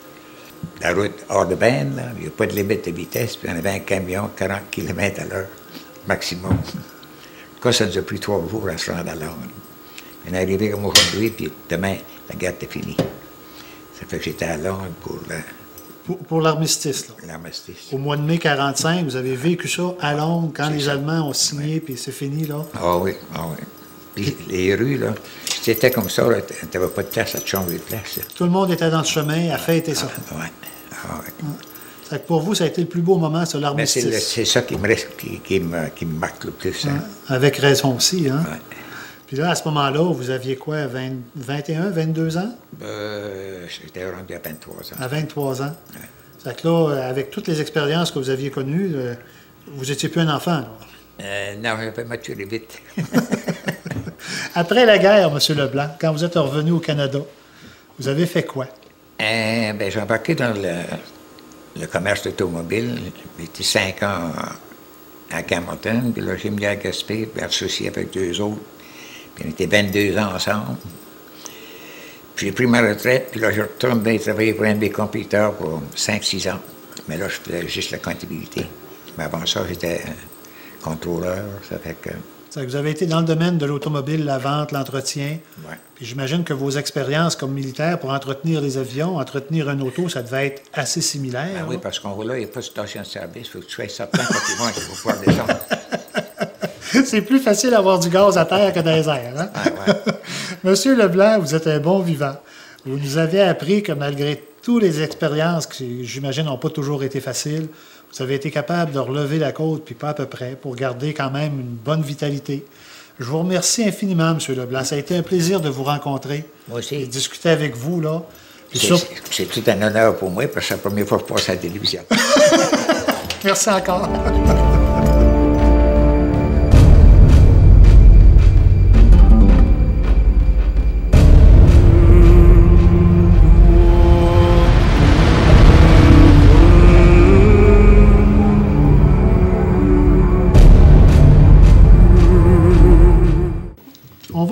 la route hors de Berne, là. Il n'y a pas de limite de vitesse, puis on avait un camion 40 km à l'heure maximum. En tout cas, ça nous a pris 3 jours à se rendre à Londres. On est arrivé comme aujourd'hui, puis demain, la guerre était finie. Ça fait que j'étais à Londres pour l'armistice, là. L'armistice. Au mois de mai 1945, vous avez vécu ça à Londres, quand les Allemands ont signé, puis c'est fini, là. Ah oui, ah oui. Puis les rues, là, c'était comme ça, tu n'avais pas de place à te changer de place. Là. Tout le monde était dans le chemin à fêter ça. Oui, ah oui. Ça fait que pour vous, ça a été le plus beau moment, ça, l'armistice. Mais c'est ça qui me reste, qui me marque le plus. Hein. Avec raison aussi, hein? Ouais. Puis là, à ce moment-là, vous aviez quoi, 21, 22 ans? J'étais rendu à 23 ans. À 23 ans. Ouais. Ça fait que là, avec toutes les expériences que vous aviez connues, vous n'étiez plus un enfant, là. Non, j'avais maturé vite. Après la guerre, M. Leblanc, quand vous êtes revenu au Canada, vous avez fait quoi? Ben, j'ai embarqué dans le commerce automobile. J'ai été 5 ans à Campbellton, puis là, j'ai mis à Gaspé, puis associé avec 2 autres. Puis on était 22 ans ensemble. Puis j'ai pris ma retraite, puis là, je retourne travailler pour un des compétiteurs pour 5-6 ans. Mais là, je faisais juste la comptabilité. Mais avant ça, j'étais contrôleur, ça fait que... Ça fait que vous avez été dans le domaine de l'automobile, la vente, l'entretien. Ouais. Puis j'imagine que vos expériences comme militaire pour entretenir les avions, entretenir un auto, ça devait être assez similaire. Ben oui, parce qu'on voit là, il n'y a pas de station de service. Il faut que tu sois certain quand ils vont qu'il faut pouvoir descendre. C'est plus facile d'avoir du gaz à terre que dans les airs. Hein? Ah, ouais. Monsieur Leblanc, vous êtes un bon vivant. Vous nous avez appris que malgré toutes les expériences qui, j'imagine, n'ont pas toujours été faciles, vous avez été capable de relever la côte, puis pas à peu près, pour garder quand même une bonne vitalité. Je vous remercie infiniment, M. Leblanc. Ça a été un plaisir de vous rencontrer. Moi aussi. Et de discuter avec vous, là. C'est tout un honneur pour moi, parce que c'est la première fois que je passe à la télévision. Merci encore.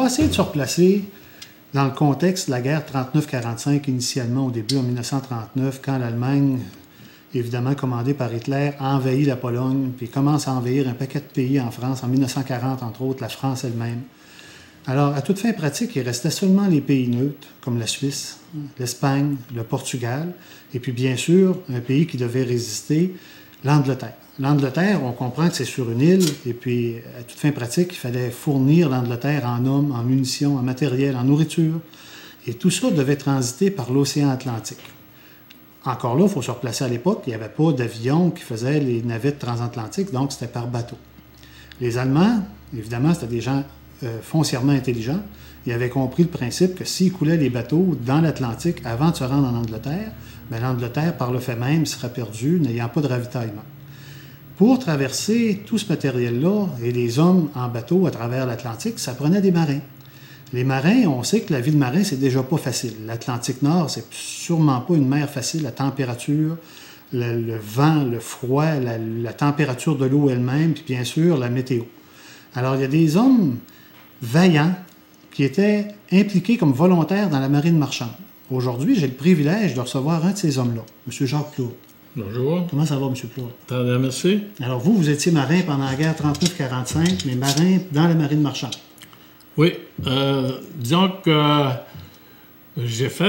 va essayer de se replacer dans le contexte de la guerre 39-45, initialement au début en 1939, quand l'Allemagne, évidemment commandée par Hitler, a envahi la Pologne, puis commence à envahir un paquet de pays en France, en 1940, entre autres, la France elle-même. Alors, à toute fin pratique, il restait seulement les pays neutres, comme la Suisse, l'Espagne, le Portugal, et puis bien sûr, un pays qui devait résister, l'Angleterre. L'Angleterre, on comprend que c'est sur une île, et puis à toute fin pratique, il fallait fournir l'Angleterre en hommes, en munitions, en matériel, en nourriture, et tout ça devait transiter par l'océan Atlantique. Encore là, il faut se replacer à l'époque, il n'y avait pas d'avions qui faisaient les navettes transatlantiques, donc c'était par bateau. Les Allemands, évidemment, c'était des gens foncièrement intelligents. Ils avaient compris le principe que s'ils coulaient les bateaux dans l'Atlantique avant de se rendre en Angleterre, bien, l'Angleterre, par le fait même, serait perdue, n'ayant pas de ravitaillement. Pour traverser tout ce matériel-là et les hommes en bateau à travers l'Atlantique, ça prenait des marins. Les marins, on sait que la vie de marin, c'est déjà pas facile. L'Atlantique Nord, c'est sûrement pas une mer facile. La température, le vent, le froid, la température de l'eau elle-même, puis bien sûr, la météo. Alors, il y a des hommes vaillants qui étaient impliqués comme volontaires dans la marine marchande. Aujourd'hui, j'ai le privilège de recevoir un de ces hommes-là, M. Jacques Plourde. Bonjour. Comment ça va, M. Plourde? Très bien, merci. Alors, vous étiez marin pendant la guerre 39-45, mais marin dans la marine marchande. Oui. Disons que j'ai fait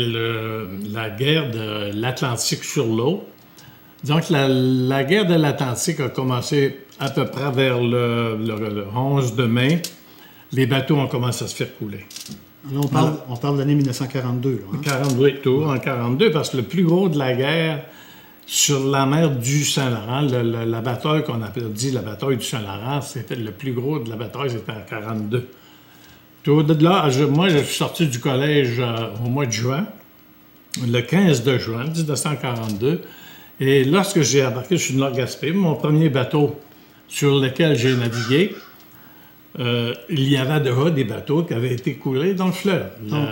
la guerre de l'Atlantique sur l'eau. Disons que la guerre de l'Atlantique a commencé à peu près vers le 11 de mai. Les bateaux ont commencé à se faire couler. Alors, on parle de l'année 1942. Là, hein? 42, tout, en 42, parce que le plus gros de la guerre sur la mer du Saint-Laurent, la bataille qu'on appelle dit la bataille du Saint-Laurent, c'était le plus gros de la bataille, c'était en 42. Tout de là, moi, je suis sorti du collège au mois de juin, le 15 de juin 1942, et lorsque j'ai embarqué sur le Nord-Gaspé, mon premier bateau sur lequel j'ai navigué, il y avait déjà des bateaux qui avaient été coulés dans le fleuve.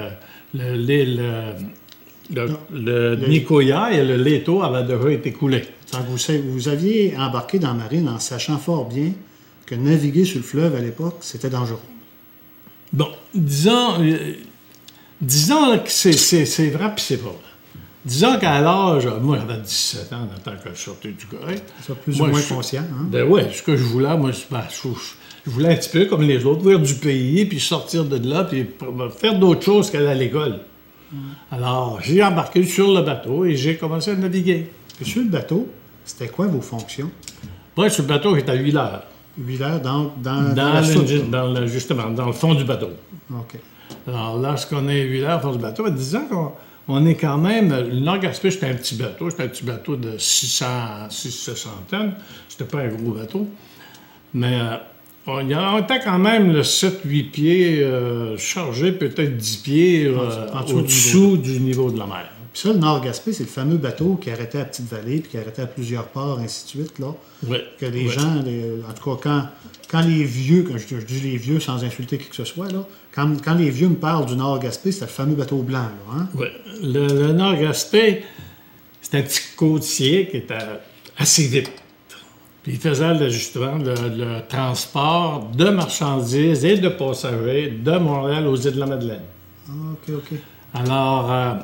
Le Nicoya et le Leto avaient déjà été coulés. Donc, vous aviez embarqué dans la marine en sachant fort bien que naviguer sur le fleuve à l'époque, c'était dangereux. Bon, disons que c'est vrai puis c'est pas vrai. Disons qu'à l'âge, moi j'avais 17 ans dans le temps que je sortais du collège. C'est plus ou moins conscient, hein? Ben oui, ce que je voulais, moi, je voulais un petit peu comme les autres, voir du pays, puis sortir de là, puis faire d'autres choses qu'aller à l'école. Alors, j'ai embarqué sur le bateau et j'ai commencé à naviguer. Puis sur le bateau, c'était quoi vos fonctions? Moi, sur le bateau, j'étais à 8 heures. 8 heures dans la soute, justement, dans le fond du bateau. OK. Alors, lorsqu'on est 8 heures au fond du bateau, disons qu'on est quand même... Le Nord-Gaspé, c'était un petit bateau. C'était un petit bateau de 600 tonnes. C'était pas un gros bateau. Mais on était quand même le 7-8 pieds chargé, peut-être 10 pieds au-dessous du niveau de la mer. Puis ça, le Nord-Gaspé, c'est le fameux bateau qui arrêtait à Petite-Vallée, puis qui arrêtait à plusieurs ports, ainsi de suite, là. Oui. Que les gens, en tout cas, quand les vieux, quand je dis les vieux sans insulter qui que ce soit, là, quand les vieux me parlent du Nord-Gaspé, c'est le fameux bateau blanc, là, hein? Oui. Le Nord-Gaspé, c'est un petit côtier qui était assez vite. Puis il faisait justement le transport de marchandises et de passagers de Montréal aux îles de la Madeleine. Ah, OK. Alors, à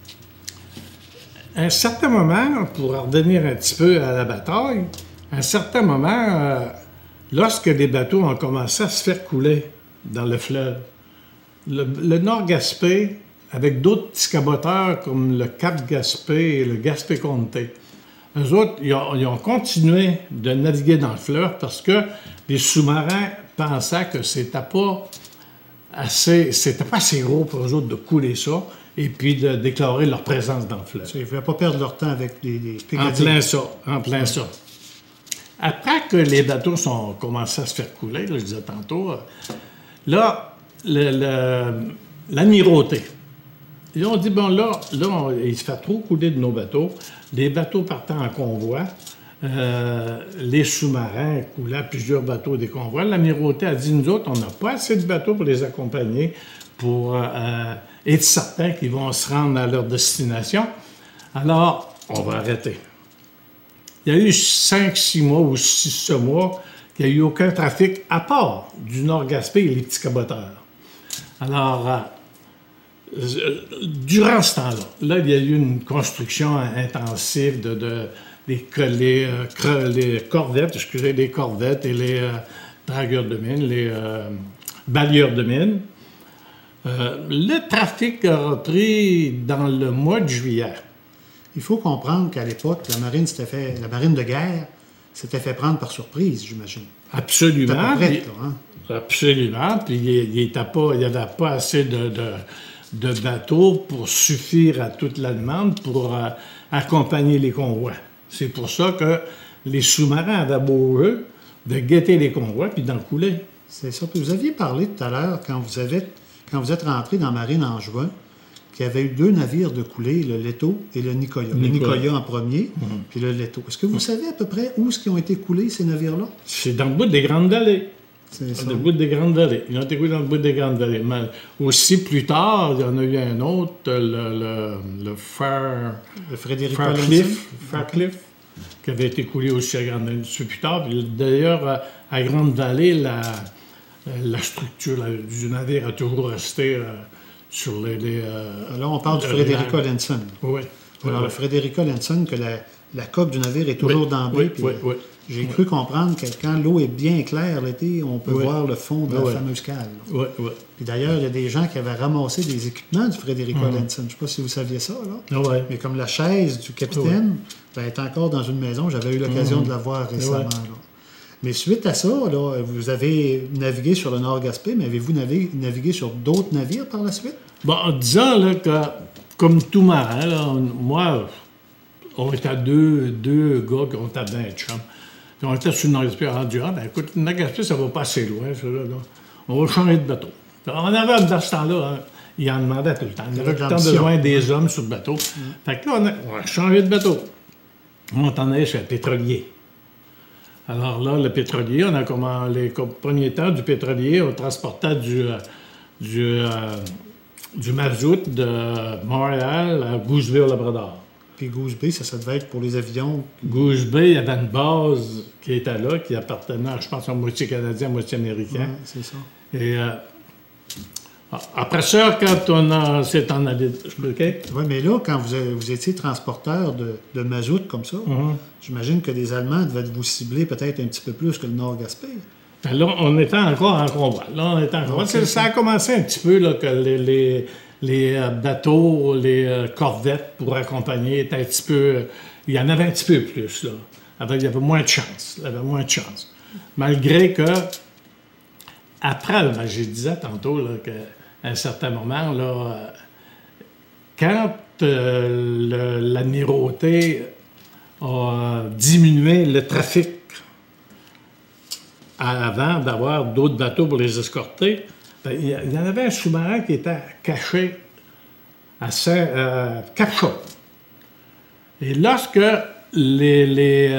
un certain moment, pour revenir un petit peu à la bataille, à un certain moment, lorsque les bateaux ont commencé à se faire couler dans le fleuve, le Nord-Gaspé, avec d'autres petits caboteurs comme le Cap-Gaspé et le Gaspé-Comté, eux autres, ils ont continué de naviguer dans le fleuve parce que les sous-marins pensaient que c'était pas assez gros pour eux autres de couler ça et puis de déclarer leur présence dans le fleuve. Ils ne voulaient pas perdre leur temps avec les picadilles. En plein ça. Après que les bateaux ont commencé à se faire couler, là, je disais tantôt, là, l'amirauté. Ils ont dit, bon, là, il se fait trop couler de nos bateaux. Les bateaux partant en convoi. Les sous-marins coulaient plusieurs bateaux des convois. L'amirauté a dit, nous autres, on n'a pas assez de bateaux pour les accompagner, pour être certains qu'ils vont se rendre à leur destination. Alors, on va arrêter. Il y a eu 5-6 mois ou 6 mois qu'il n'y a eu aucun trafic à part du Nord-Gaspé et les petits caboteurs. Alors, durant ce temps-là, il y a eu une construction intensive les corvettes, les corvettes et les dragueurs de mine, les balayeurs de mine. Le trafic a repris dans le mois de juillet. Il faut comprendre qu'à l'époque, la marine de guerre s'était fait prendre par surprise, j'imagine. Absolument. C'était pas prête, là, hein? Absolument. Puis il n'y avait pas assez de bateaux pour suffire à toute la demande pour accompagner les convois. C'est pour ça que les sous-marins avaient beau jeu de guetter les convois puis d'en couler. C'est ça. Puis vous aviez parlé tout à l'heure, quand vous êtes rentré dans la marine en juin, qu'il y avait eu 2 navires de coulée, le Leto et le Nicoya. Le Nicoya en premier, puis le Leto. Est-ce que vous savez à peu près où ils ont été coulés, ces navires-là? C'est dans le bout des Grandes Vallées. C'est ça. Dans le bout des Grandes Vallées. Ils ont été coulés dans le bout des Grandes Vallées. Mais aussi, plus tard, il y en a eu un autre, le Faircliff, qui avait été coulé aussi à Grande Vallée plus tard. D'ailleurs, à Grande Vallée, la structure du navire a toujours resté sur les là, on parle du Frederica Lenson. Oui. Alors, le Frederica Lenson, que la coque du navire est toujours dans l'eau. Oui. J'ai cru comprendre que quand l'eau est bien claire l'été, on peut voir le fond de la fameuse cale. Oui. Puis d'ailleurs, il y a des gens qui avaient ramassé des équipements du Frederica Lenson. Je ne sais pas si vous saviez ça, là. Oui. Mais comme la chaise du capitaine est encore dans une maison, j'avais eu l'occasion de la voir récemment. Là. Mais suite à ça, là, vous avez navigué sur le Nord-Gaspé, mais avez-vous navigué sur d'autres navires par la suite? Bon, en disant là, que, comme tout marin, là, moi, on était à deux gars qui ont été dans les chums. Puis on était sur le Nord-Gaspé rendu. Ben écoute, le Nord-Gaspé, ça va pas assez loin, ça, là. On va changer de bateau. Puis on avait, dans ce temps-là, hein, il en demandait tout le temps. Il avait tout le temps besoin des hommes sur le bateau. Fait que là, on a changé de bateau. On t'en allait chez le pétrolier. Alors là, le pétrolier, les premiers temps du pétrolier, on transportait du mazout de Montréal à Goose Bay au Labrador. Puis Goose Bay, ça devait être pour les avions. Goose Bay, il y avait une base qui était là, qui appartenait, je pense, à moitié canadien, à moitié américain. Oui, c'est ça. Et après ça, quand s'est en allé... Oui, mais là, quand vous étiez transporteur de mazout comme ça, j'imagine que les Allemands devaient vous cibler peut-être un petit peu plus que le Nord-Gaspé. Ben là, on était encore en combat. Ça a commencé un petit peu là, que les bateaux, les corvettes pour accompagner étaient un petit peu... il y en avait un petit peu plus, là. Il y avait moins de chance. Malgré que, après, je disais tantôt là, qu'à un certain moment, là, quand l'amirauté a diminué le trafic avant d'avoir d'autres bateaux pour les escorter, il y en avait un sous-marin qui était caché à Cap-Shaw. Et lorsque les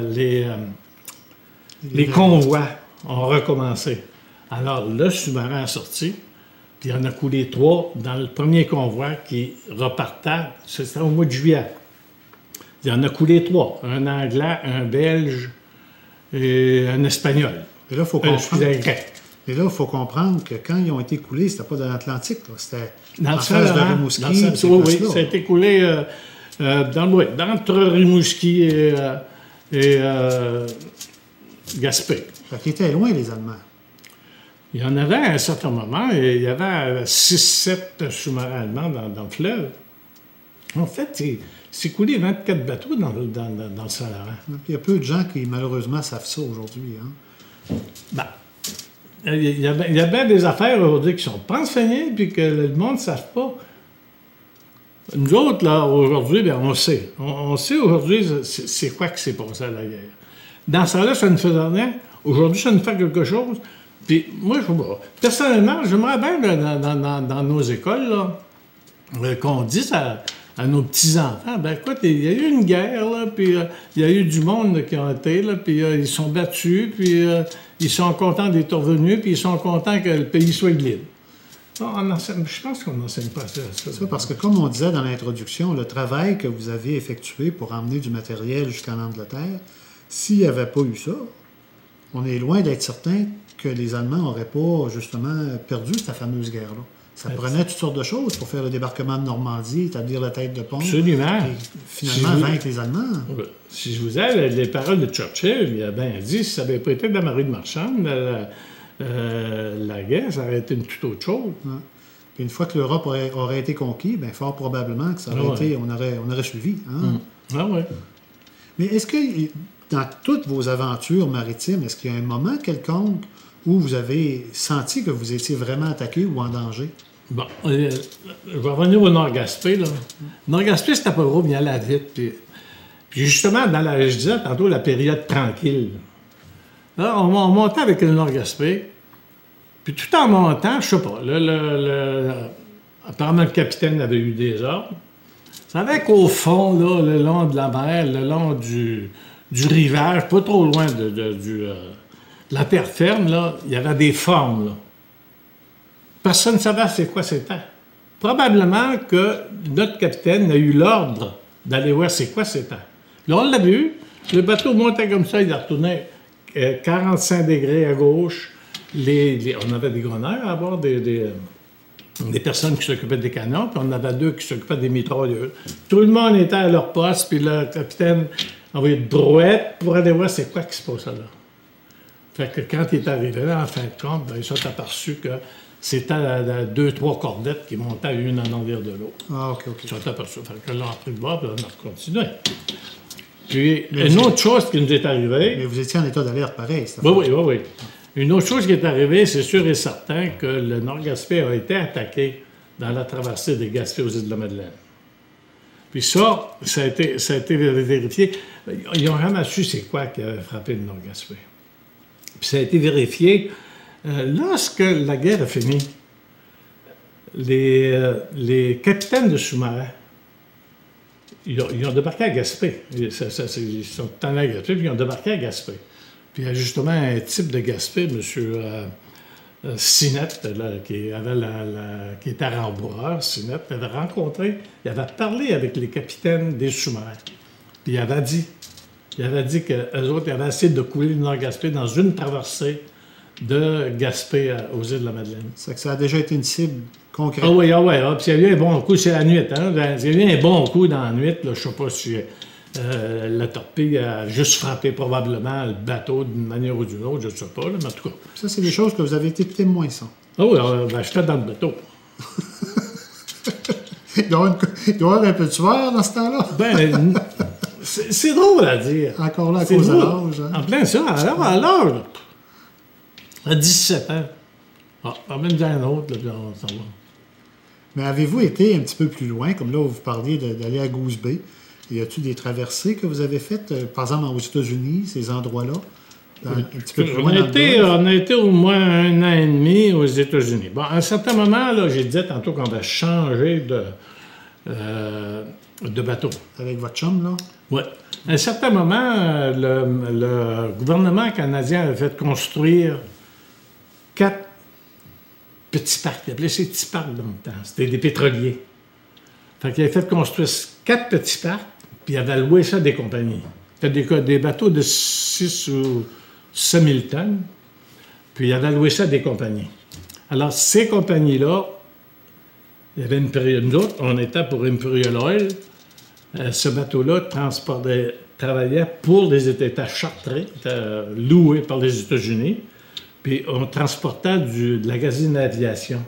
convois ont recommencé, alors le sous-marin a sorti, puis il en a coulé 3 dans le premier convoi qui repartait, c'était au mois de juillet. Il en a coulé 3, un Anglais, un Belge et un Espagnol. Et là, il faut comprendre que quand ils ont été coulés, c'était pas dans l'Atlantique, c'était dans en face de Rimouski. Oui, ça a été coulé entre Rimouski et Gaspé. Fait qu'ils étaient loin, les Allemands. Il y en avait à un certain moment, et il y avait 6-7 sous-marins allemands dans le fleuve. En fait, c'est coulé 24 bateaux dans le Saint-Laurent. Il y a peu de gens qui, malheureusement, savent ça aujourd'hui. Hein? Ben, il y a bien des affaires aujourd'hui qui sont pas enseignées puis que le monde ne savent pas. Nous autres, là, aujourd'hui, bien, on sait. On sait aujourd'hui c'est quoi qui s'est passé à la guerre. Dans ce temps-là, ça ne faisait rien. Aujourd'hui, ça nous fait quelque chose. Puis moi, personnellement, j'aimerais bien dans nos écoles, là, qu'on dise à nos petits-enfants, ben écoute, il y a eu une guerre, là, puis il y a eu du monde là, qui ont été, là, puis ils sont battus, puis ils sont contents d'être revenus, puis ils sont contents que le pays soit libre. Je pense qu'on n'enseigne pas ça. C'est ça, parce que comme on disait dans l'introduction, le travail que vous avez effectué pour emmener du matériel jusqu'en Angleterre, s'il n'y avait pas eu ça, on est loin d'être certain que les Allemands n'auraient pas, justement, perdu cette fameuse guerre-là. Ça prenait toutes sortes de choses pour faire le débarquement de Normandie, établir la tête de pont. Absolument. Et finalement, vaincre les Allemands. Si je vous ai les paroles de Churchill, il a bien dit, si ça n'avait pas été de la marine marchande, la guerre, ça aurait été une toute autre chose. Ouais. Puis une fois que l'Europe aurait été conquise, bien, fort probablement que ça aurait été, on aurait suivi. Hein? Ah ouais. Mais est-ce que, dans toutes vos aventures maritimes, est-ce qu'il y a un moment quelconque où vous avez senti que vous étiez vraiment attaqué ou en danger? Bon, je vais revenir au Nord-Gaspé, là. Nord-Gaspé, c'était pas gros, mais il allait vite. Puis justement, je disais tantôt, la période tranquille. Là, on montait avec le Nord-Gaspé. Puis tout en montant, je sais pas, apparemment le capitaine avait eu des ordres. Ça savait qu'au fond, là, le long de la mer, le long du rivage, pas trop loin de la terre ferme, là, il y avait des formes, là. Personne ne savait c'est quoi c'était. Probablement que notre capitaine a eu l'ordre d'aller voir c'est quoi c'était. Là, on l'a vu. Le bateau montait comme ça, il a retourné 45 degrés à gauche. On avait des greneurs à bord, des personnes qui s'occupaient des canons, puis on avait 2 qui s'occupaient des mitrailleuses. Tout le monde était à leur poste, puis le capitaine envoyé de brouette pour aller voir c'est quoi qui se passait là. Fait que quand il est arrivé là, en fin de compte, ben, ils sont aperçus que c'était 2-3 cordettes qui montaient une en envers de l'autre. Ah, OK. Ils sont aperçus. Fait que là, on a pris le bord, puis on a continué. Puis, une autre chose qui nous est arrivée... Mais vous étiez en état d'alerte pareil, c'est Oui. Une autre chose qui est arrivée, c'est sûr et certain que le Nord-Gaspé a été attaqué dans la traversée des Gaspé aux îles de la Madeleine. Puis ça a été vérifié. Ils n'ont jamais su c'est quoi qui avait frappé le Nord-Gaspé. Puis ça a été vérifié lorsque la guerre a fini. Les capitaines de sous-marins, ils ont débarqué à Gaspé. Ils sont allés à Gaspé, puis ils ont débarqué à Gaspé. Puis il y a justement un type de Gaspé, M. Sinette, là, qui était rembourreur, Sinette, il avait rencontré, il avait parlé avec les capitaines des sous-marins. Puis il avait dit qu'eux autres, ils avaient essayé de couler le Nord-Gaspé dans une traversée de Gaspé aux îles de la Madeleine. C'est que ça a déjà été une cible concrète. Ah oui. Puis il y a eu un bon coup, c'est la nuit. Hein? Il y a eu un bon coup dans la nuit. Là, je ne sais pas si la torpille a juste frappé probablement le bateau d'une manière ou d'une autre, je ne sais pas. Là, mais en tout cas. Ça, c'est des choses que vous avez été témoin, ça. Ah oui, j'étais dans le bateau. Il doit y avoir un peu de sueur dans ce temps-là. Ben, c'est drôle à dire. Encore là, à cause de l'âge. Hein? En plein ça, à l'âge, à 17 ans. Ah, même un autre, là, puis on s'en va. Mais avez-vous été un petit peu plus loin, comme là, vous parliez d'aller à Goose Bay? Y a-t-il des traversées que vous avez faites, par exemple, aux États-Unis, ces endroits-là? Un petit peu plus loin On a été au moins 1 an et demi aux États-Unis. Bon, à un certain moment, là, j'ai dit tantôt qu'on va changer de bateau. Avec votre chum, là? Oui. À un certain moment, le gouvernement canadien avait fait construire 4 petits parcs. Il appelait ces petits parcs dans le temps. C'était des pétroliers. Fait qu'il avait fait construire 4 petits parcs, puis il avait loué ça à des compagnies. C'était des bateaux de 6 ou 7 000 tonnes, puis il avait loué ça à des compagnies. Alors, ces compagnies-là, il y avait une période, nous autres, on était pour Imperial Oil. Ce bateau-là travaillait pour les États chartrés, loué par les États-Unis, puis on transportait de la gazine d'aviation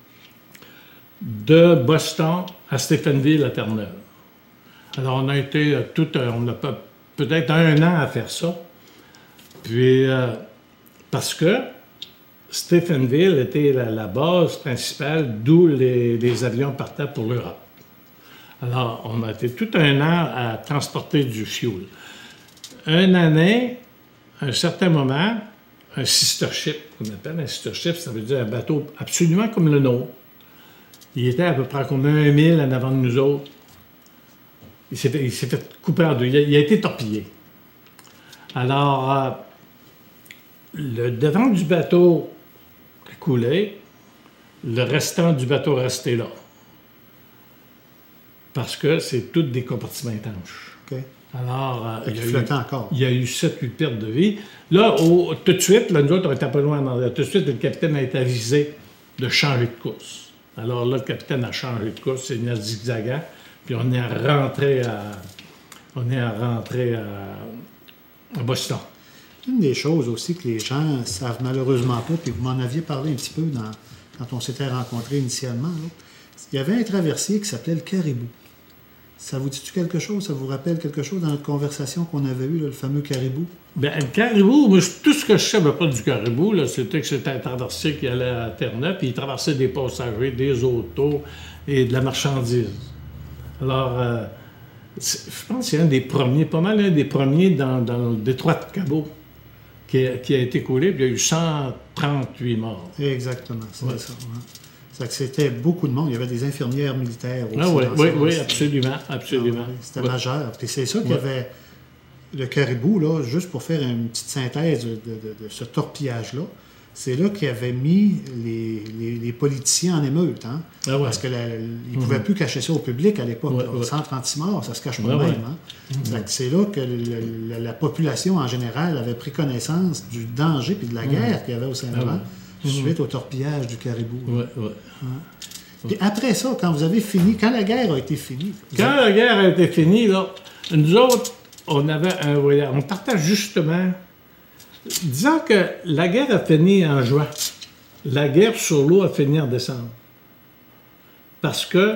de Boston à Stephenville, à Terre-Neuve. Alors, on a été on a peut-être 1 an à faire ça. Puis, parce que Stephenville était la base principale d'où les avions partaient pour l'Europe. Alors, on a été tout 1 an à transporter du fuel. Une année, à un certain moment, un sister ship, qu'on appelle un sister ship, ça veut dire un bateau absolument comme le nôtre. Il était à peu près comme 1 mille en avant de nous autres. Il s'est fait couper en deux. Il a été torpillé. Alors, le devant du bateau a coulé, le restant du bateau restait là. Parce que c'est tous des compartiments étanches. OK. Alors, Il flottait encore. Il y a eu 7-8 pertes de vie. Là, tout de suite, là, nous autres, on était pas loin. Tout de suite, le capitaine a été avisé de changer de course. Alors là, le capitaine a changé de course, c'est mis à zigzagant, puis on est rentré à Boston. Une des choses aussi que les gens savent malheureusement pas, puis vous m'en aviez parlé un petit peu quand on s'était rencontrés initialement, là, il y avait un traversier qui s'appelait le Caribou. Ça vous dit-tu quelque chose? Ça vous rappelle quelque chose dans notre conversation qu'on avait eue, là, le fameux Caribou? Bien, le Caribou, moi, tout ce que je savais pas du Caribou, là, c'était que c'était un traversier qui allait à Terre-Neuve, puis il traversait des passagers, des autos et de la marchandise. Alors, je pense que c'est un des premiers, pas mal un des premiers dans le détroit de Cabot qui a été coulé, puis il y a eu 138 morts. Exactement, c'est Ouais. ça. Ouais. C'est que c'était beaucoup de monde. Il y avait des infirmières militaires aussi. Ah oui, dans ça, oui, aussi. absolument, absolument. Ah oui, c'était Ouais. majeur. Puis c'est ça qu'il y Ouais. avait le Caribou, là, juste pour faire une petite synthèse de ce torpillage-là. C'est là qu'ils avaient mis les politiciens en émeute. Hein? Ah ouais. Parce qu'ils ne pouvaient plus cacher ça au public à l'époque. Ouais, là. ouais. 136 morts, ça se cache pas Ouais, de même. ouais. Hein? Fait que c'est là que la population en général avait pris connaissance du danger et de la guerre qu'il y avait au Saint-Laurent suite au torpillage du Caribou. Oui, oui. Puis après ça, quand vous avez fini, quand la guerre a été finie, Quand la guerre a été finie, là, nous autres, on avait un voyage. On partait justement. Disons que la guerre a fini en juin. La guerre sur l'eau a fini en décembre. Parce que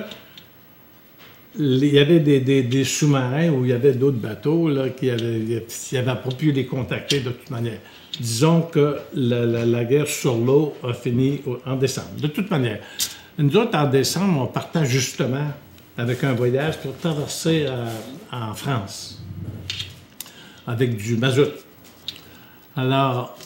il y avait des sous-marins où il y avait d'autres bateaux là, qui n'avaient pas pu les contacter de toute manière. Disons que la guerre sur l'eau a fini en décembre. De toute manière, nous autres, en décembre, on partait justement avec un voyage pour traverser en France avec du mazout. Alors,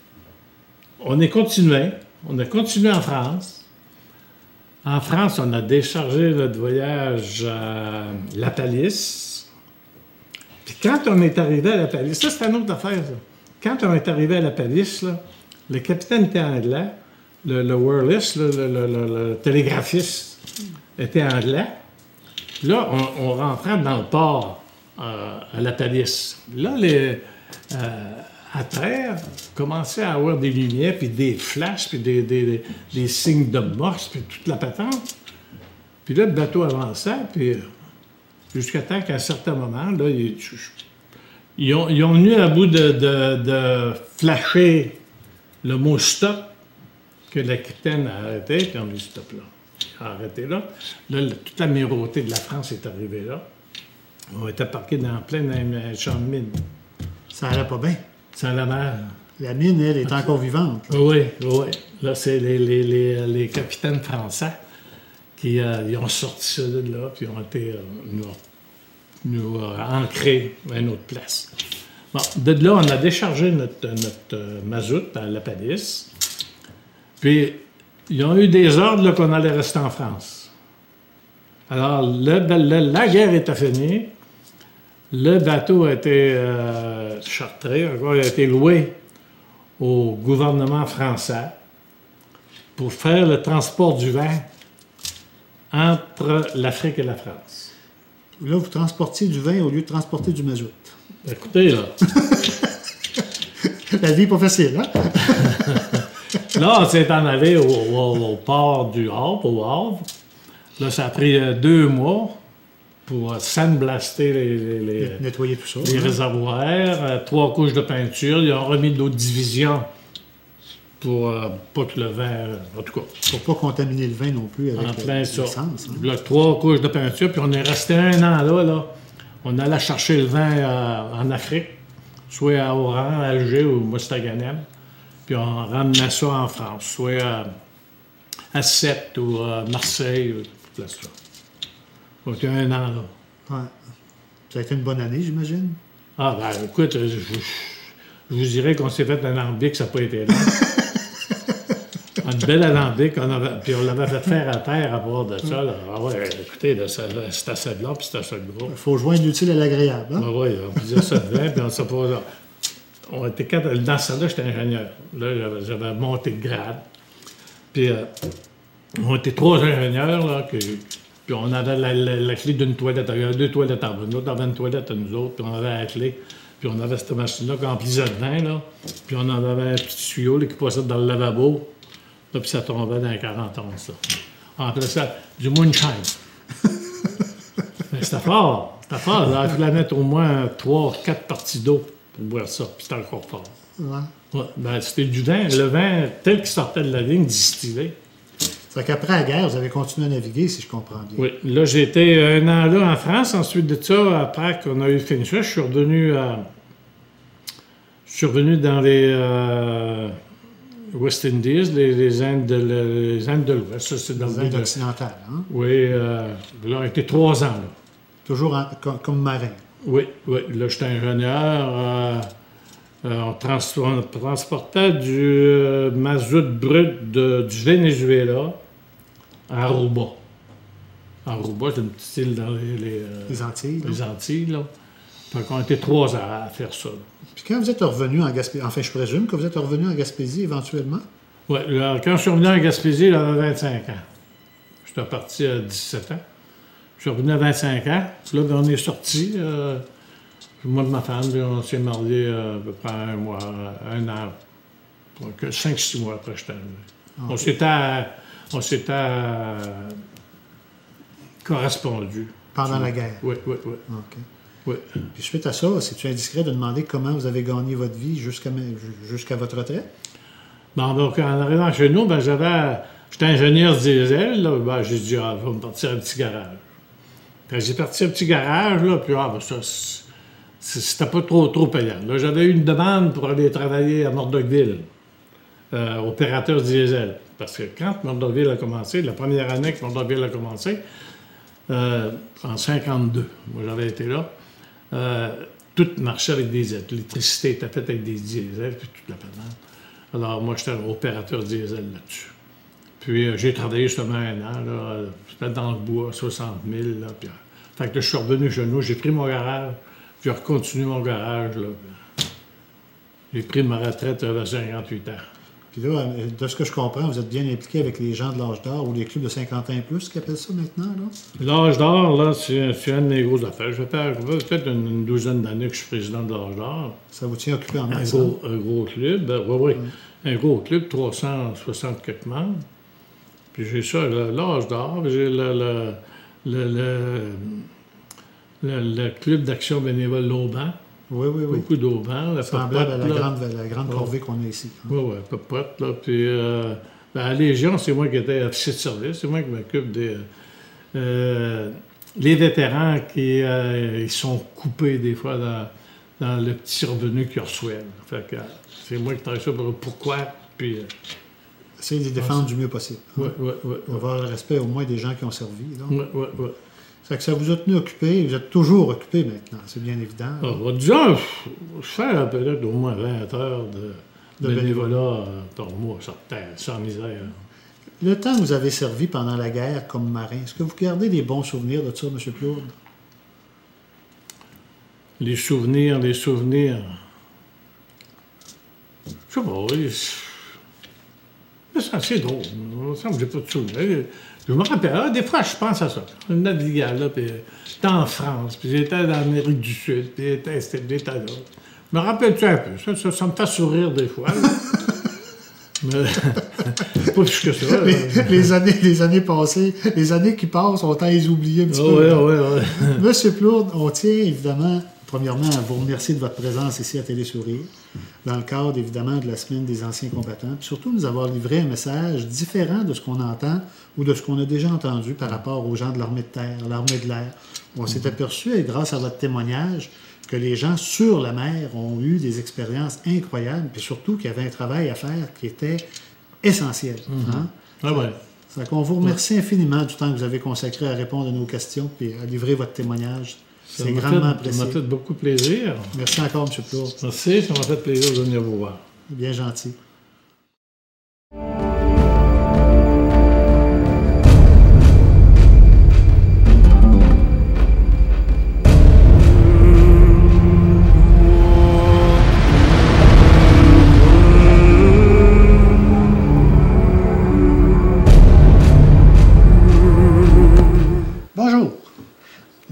on a continué en France. En France, on a déchargé notre voyage à La Palisse. Puis quand on est arrivé à La Palisse, ça c'est une autre affaire, ça. Quand on est arrivé à La Palisse, là, le capitaine était anglais, le wireless, le télégraphiste était anglais. Là, on rentrait dans le port à La Palisse. Là, à terre, commençait à avoir des lumières, puis des flashs, puis des signes de morse, puis toute la patente. Puis là, le bateau avançait, puis jusqu'à temps qu'à un certain moment, là, ils ont venu à bout de flasher le mot « stop », que le capitaine a arrêté, puis on dit « stop » là. Il a arrêté là. Là, toute l'amirauté de la France est arrivée là. On était parqués dans plein champ de mine. ça allait pas bien. Sans la mer. La mine, elle, est encore vivante. Là. Oui, oui. Là, c'est les capitaines français qui ils ont sorti ça de là, puis ont été nous ancrés à une autre place. Bon, de là, on a déchargé notre mazout à La Palisse. Puis, ils ont eu des ordres là, qu'on allait rester en France. Alors, la guerre était finie. Le bateau a été chartré, encore, il a été loué au gouvernement français pour faire le transport du vin entre l'Afrique et la France. Là, vous transportiez du vin au lieu de transporter du mazout. Écoutez, là, La vie n'est pas facile, hein? là, on s'est en allé au port du Havre, au Havre. Là, ça a pris 2 mois pour sandblaster Nettoyer tout ça. les hein? réservoirs, 3 couches de peinture. Ils ont remis d'autres divisions pour pas que le vin... En tout cas, Pour pas contaminer le vin non plus avec en plein ça. l'essence. Hein? Là, 3 couches de peinture, puis on est resté 1 an là. On allait chercher le vin en Afrique, soit à Oran, à Alger ou Mostaganem, puis on ramenait ça en France, soit à Sète ou à Marseille, ou toute la ça. Donc, il y a 1 an là. Ouais. Ça a été une bonne année, j'imagine. Ah, ben écoute, je vous dirais qu'on s'est fait un alambic, ça n'a pas été là. Une belle alambic, puis on l'avait fait faire à terre à bord de ça. Là. Ah ouais, écoutez, là, c'est assez de là, puis c'est assez de gros. Il faut joindre l'utile à l'agréable. Hein? Ah oui, on faisait ça de vin, puis on s'est pas là. On était dans ce temps-là, j'étais ingénieur. Là, j'avais monté de grade. Puis on était 3 ingénieurs là, Puis on avait la clé d'une toilette. Il y avait 2 toilettes en bas. Nous autres, on avait une toilette à nous autres, puis on avait la clé. Puis on avait cette machine-là qui emplissait le vin, là. Puis on en avait un petit tuyau là, qui passait dans le lavabo. Là, puis ça tombait dans les 40 onces, là. On appelait ça du moonshine. Mais c'était fort. C'était fort. Là, il fallait mettre au moins 3 ou 4 parties d'eau pour boire ça. Puis c'était encore fort. Ouais. Ouais, ben, c'était du vin. Le vin tel qu'il sortait de la vigne, distillé. C'est qu'après la guerre, vous avez continué à naviguer, si je comprends bien. Oui. Là, j'ai été 1 an là en France. Ensuite de ça, après qu'on a eu fini ça, je suis revenu dans les West Indies, les Indes de l'Ouest. Ça, c'est dans Les Indes occidentales, hein? Oui. Là, j'ai été 3 ans, là. Toujours comme marin. Oui, oui. Là, j'étais ingénieur. On transportait du mazout brut du Venezuela à Aruba. Aruba, c'est une petite île dans Les Antilles. les Antilles, là. Fait qu'on était 3 ans à faire ça, là. Puis quand vous êtes revenu en Gaspésie, enfin, je présume que vous êtes revenu en Gaspésie éventuellement? Oui, quand je suis revenu en Gaspésie, j'avais 25 ans. J'étais parti à 17 ans. Je suis revenu à 25 ans. Puis là, ben, on est sortis. Moi et ma femme, on s'est mariés à peu près 1 mois, 1 an. 5-6 mois après, j'étais arrivé. On s'était correspondu. Pendant la guerre? Oui, oui, oui. OK. Oui. Puis suite à ça, c'est-tu indiscret de demander comment vous avez gagné votre vie jusqu'à votre retraite? Bon, donc, en arrivant chez nous, ben, j'étais ingénieur diesel. Là, ben, j'ai dit, je vais me partir à un petit garage. Puis j'ai parti à un petit garage, là, puis ben, ça, c'était pas trop payant. Là, j'avais eu une demande pour aller travailler à Murdochville, opérateur diesel. Parce que quand Murdochville a commencé, la première année que Murdochville a commencé, en 52, moi j'avais été là, tout marchait avec des diesels. L'électricité était faite avec des diesels, puis toute la patente. Alors moi, j'étais opérateur diesel là-dessus. Puis j'ai travaillé justement 1 an, là, j'étais dans le bois, 60 000. Là, puis, fait que je suis revenu chez nous, j'ai pris mon garage, j'ai recontinué mon garage. Là, j'ai pris ma retraite à 58 ans. Puis là, de ce que je comprends, vous êtes bien impliqué avec les gens de l'âge d'or ou les clubs de 50 ans et plus, qu'ils appellent ça maintenant, là? L'âge d'or, là, c'est un de mes gros affaires. Ça fait peut-être une douzaine d'années que je suis président de l'âge d'or. Ça vous tient occupé en masse, Un gros club, oui. Un gros club, 360 quelques membres. Puis j'ai ça, l'âge d'or, j'ai le club d'action bénévole Lauban. Oui. Beaucoup d'Auban. Semblable à la grande corvée qu'on a ici. Oui, Popote, là. Puis, à la Légion, c'est moi qui étais officier de service. C'est moi qui m'occupe des... les vétérans qui ils sont coupés des fois dans le petit revenu qu'ils reçoivent. Fait que c'est moi qui travaille ça pour pourquoi, puis... Essayez de les défendre du mieux possible. Oui. Avoir le respect au moins des gens qui ont servi. Oui. Ça fait que ça vous a tenu occupé, vous êtes toujours occupé maintenant, c'est bien évident. Disons, je fais peut-être au moins 20 heures de bénévolat par mois, sans misère. Le temps que vous avez servi pendant la guerre comme marin, est-ce que vous gardez des bons souvenirs de ça, M. Plourde? Les souvenirs. Je sais pas, oui. C'est assez drôle. Il me semble que j'ai pas de souvenirs. Je me rappelle, des fois, je pense à ça. Je naviguais là, puis j'étais en France, puis j'étais dans l'Amérique du Sud, puis j'étais là. Je me rappelle-tu un peu? Ça me fait sourire des fois. Mais pas plus que ça. Les années passées, les années qui passent, on tend à les oublier un petit peu. Oui. Monsieur Plourde, on tient évidemment, premièrement, à vous remercier de votre présence ici à Télé-Sourire, dans le cadre, évidemment, de la Semaine des anciens combattants, puis surtout nous avoir livré un message différent de ce qu'on entend ou de ce qu'on a déjà entendu par rapport aux gens de l'armée de terre, l'armée de l'air. On s'est aperçu, et grâce à votre témoignage, que les gens sur la mer ont eu des expériences incroyables, puis surtout qu'il y avait un travail à faire qui était essentiel. Hein? Ah ouais. Ça fait qu'on vous remercie infiniment du temps que vous avez consacré à répondre à nos questions et à livrer votre témoignage. C'est grandement apprécié. Ça m'a fait beaucoup plaisir. Merci encore, M. Plourde. Merci, ça m'a fait plaisir de venir vous voir. Bien gentil.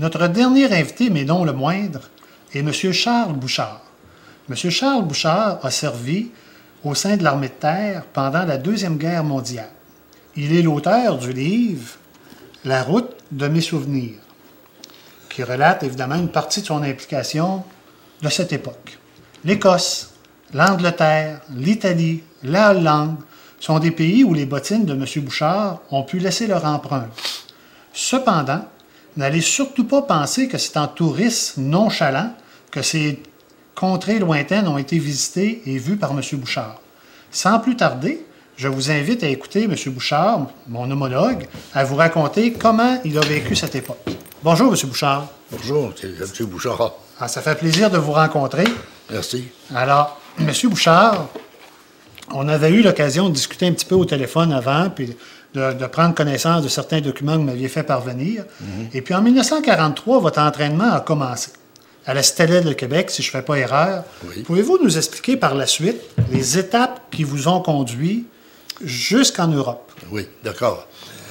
Notre dernier invité, mais non le moindre, est M. Charles Bouchard. M. Charles Bouchard a servi au sein de l'armée de terre pendant la Deuxième Guerre mondiale. Il est l'auteur du livre « La route de mes souvenirs », qui relate évidemment une partie de son implication de cette époque. L'Écosse, l'Angleterre, l'Italie, la Hollande sont des pays où les bottines de M. Bouchard ont pu laisser leur empreinte. Cependant, n'allez surtout pas penser que c'est en tourisme nonchalant que ces contrées lointaines ont été visitées et vues par M. Bouchard. Sans plus tarder, je vous invite à écouter M. Bouchard, mon homologue, à vous raconter comment il a vécu cette époque. Bonjour, M. Bouchard. Bonjour, c'est M. Bouchard. Ah, ça fait plaisir de vous rencontrer. Merci. Alors, M. Bouchard, on avait eu l'occasion de discuter un petit peu au téléphone avant, puis de prendre connaissance de certains documents que vous m'aviez fait parvenir. Et puis en 1943, votre entraînement a commencé à la Citadelle de Québec, si je ne fais pas erreur. Oui. Pouvez-vous nous expliquer par la suite les étapes qui vous ont conduit jusqu'en Europe? Oui, d'accord.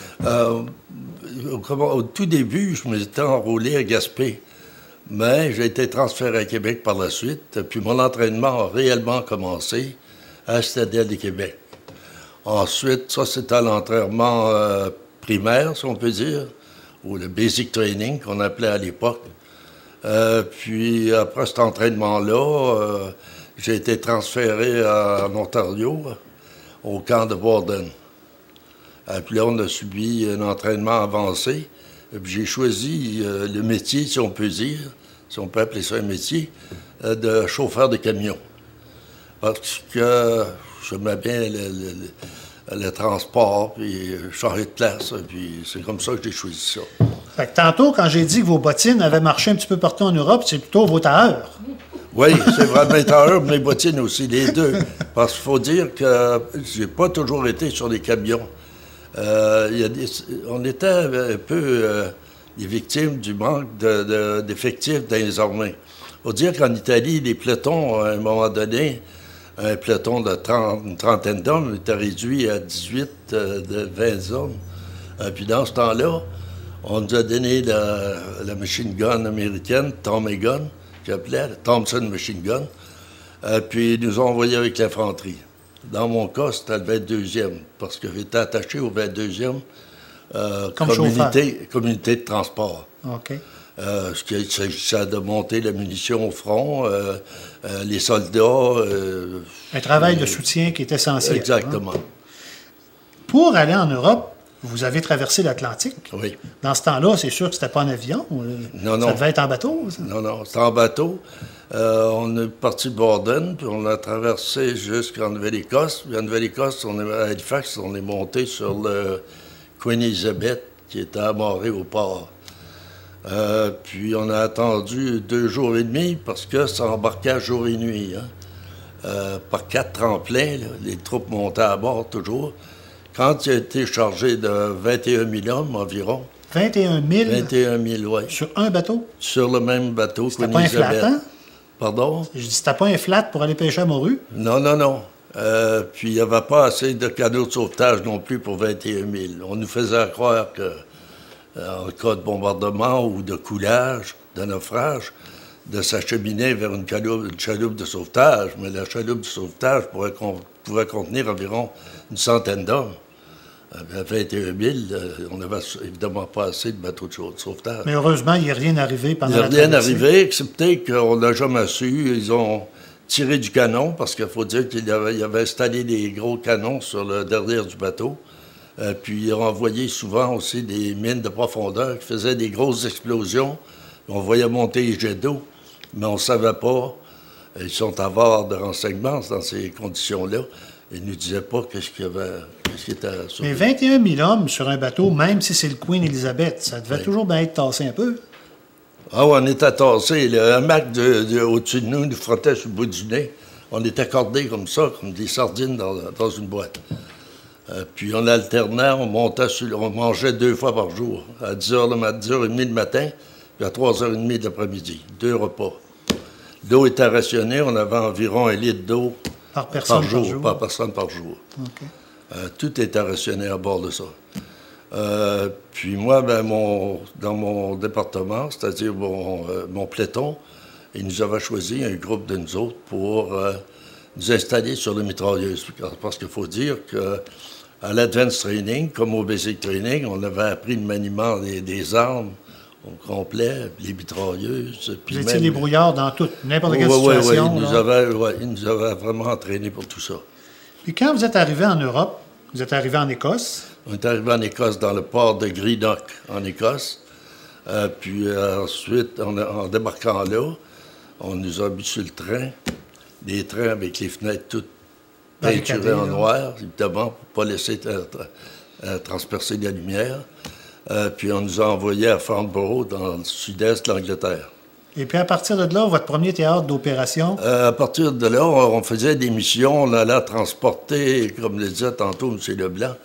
Au tout début, je m'étais enrôlé à Gaspé, mais j'ai été transféré à Québec par la suite, puis mon entraînement a réellement commencé à la Citadelle de Québec. Ensuite, ça, c'était l'entraînement primaire, si on peut dire, ou le basic training qu'on appelait à l'époque. Puis après cet entraînement-là, j'ai été transféré en Ontario, au camp de Borden. Puis là, on a subi un entraînement avancé. Puis j'ai choisi le métier, si on peut dire, si on peut appeler ça un métier, de chauffeur de camion. Parce que j'aimais bien le transport, puis changer de place, puis c'est comme ça que j'ai choisi ça. Fait que tantôt, quand j'ai dit que vos bottines avaient marché un petit peu partout en Europe, c'est plutôt vos tailleurs. Oui, c'est vrai, mes tailleurs, mes bottines aussi, les deux. Parce qu'il faut dire que j'ai pas toujours été sur les camions. On était un peu des victimes du manque d'effectifs dans les armées. Il faut dire qu'en Italie, les pelotons, à un moment donné, un peloton de une trentaine d'hommes était réduit à 18, 20 hommes. Puis dans ce temps-là, on nous a donné la machine gun américaine, Tommy Gun, qui appelait Thompson Machine Gun. Puis ils nous ont envoyés avec l'infanterie. Dans mon cas, c'était le 22e, parce que j'étais attaché au 22e communauté de transport. OK. Il s'agissait de monter la munition au front, les soldats. Un travail de soutien qui est essentiel. Exactement. Hein? Pour aller en Europe, vous avez traversé l'Atlantique. Oui. Dans ce temps-là, c'est sûr que c'était pas en avion. Non. Ça devait être en bateau, ça? Non, c'était en bateau. On est parti de Borden, puis on a traversé jusqu'en Nouvelle-Écosse. Puis en Nouvelle-Écosse, à Halifax, on est monté sur le Queen Elizabeth, qui était amarré au port. Puis on a attendu 2 jours et demi, parce que ça embarquait jour et nuit. Hein. Par 4 tremplins, là, les troupes montaient à bord toujours. Quand il a été chargé de 21 000 hommes environ. 21 000? 21 000, oui. Sur un bateau? Sur le même bateau. C'était pas un flat, hein? Pardon? Je dis, c'était pas un flat pour aller pêcher à morue? Non. Puis il n'y avait pas assez de canaux de sauvetage non plus pour 21 000. On nous faisait croire que, en cas de bombardement ou de coulage, de naufrage, de s'acheminer vers une chaloupe de sauvetage. Mais la chaloupe de sauvetage pouvait contenir environ une centaine d'hommes. À 21 000, on n'avait évidemment pas assez de bateaux de sauvetage. Mais heureusement, il n'y a rien arrivé pendant la traversée. Il n'y a rien arrivé, excepté qu'on n'a jamais su. Ils ont tiré du canon, parce qu'il faut dire qu'ils avaient installé des gros canons sur le derrière du bateau. Puis ils ont envoyé souvent aussi des mines de profondeur qui faisaient des grosses explosions. On voyait monter les jets d'eau, mais on ne savait pas. Ils sont avares de renseignements dans ces conditions-là. Ils ne nous disaient pas qu'est-ce qu'il était sur. Mais 21 000 hommes sur un bateau, même si c'est le Queen Elizabeth, ça devait toujours bien être tassé un peu. Ah oui, on était tassés. Le hamac au-dessus de nous frottait sur le bout du nez. On était cordés comme ça, comme des sardines dans une boîte. Puis on alternait, on mangeait 2 fois par jour, à 10h30 le matin, puis à 3h30 de l'après-midi. 2 repas. L'eau était rationnée, on avait environ 1 litre d'eau par personne par jour. Tout était rationné à bord de ça. Puis moi, ben, dans mon département, c'est-à-dire mon peloton, il nous avait choisi un groupe de nous autres pour nous installer sur les mitrailleuses. Parce qu'il faut dire qu'à l'Advanced Training, comme au Basic Training, on avait appris le maniement des armes au complet, les mitrailleuses. Vous étiez les brouillards dans n'importe quelle situation. Oui, il nous avait vraiment entraînés pour tout ça. Puis quand vous êtes arrivé en Europe, vous êtes arrivé en Écosse. On est arrivé en Écosse, dans le port de Greenock, en Écosse. Puis ensuite, en débarquant là, on nous a mis sur le train, des trains avec les fenêtres toutes peinturées en noir, évidemment, pour ne pas laisser transpercer la lumière. Puis on nous a envoyés à Farnborough, dans le sud-est de l'Angleterre. Et puis à partir de là, votre premier théâtre d'opération? À partir de là, on faisait des missions, on allait transporter, comme le disait tantôt M. Leblanc,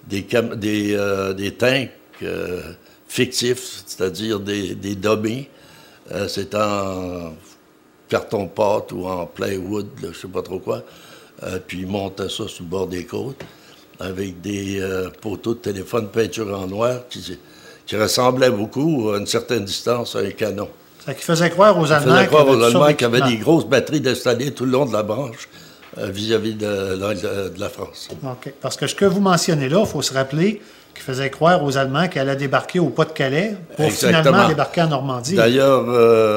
des tanks fictifs, c'est-à-dire des dummies. C'est en carton-pâte ou en plywood, je ne sais pas trop quoi. Puis ils montaient ça sur le bord des côtes avec des poteaux de téléphone peinturés en noir qui ressemblaient beaucoup, à une certaine distance, à un canon. Ça faisait croire aux Allemands qu'il y avait des grosses batteries installées tout le long de la branche vis-à-vis de la France. OK. Parce que ce que vous mentionnez là, il faut se rappeler qu'il faisait croire aux Allemands qu'elle allait débarquer au Pas-de-Calais pour finalement débarquer en Normandie. D'ailleurs,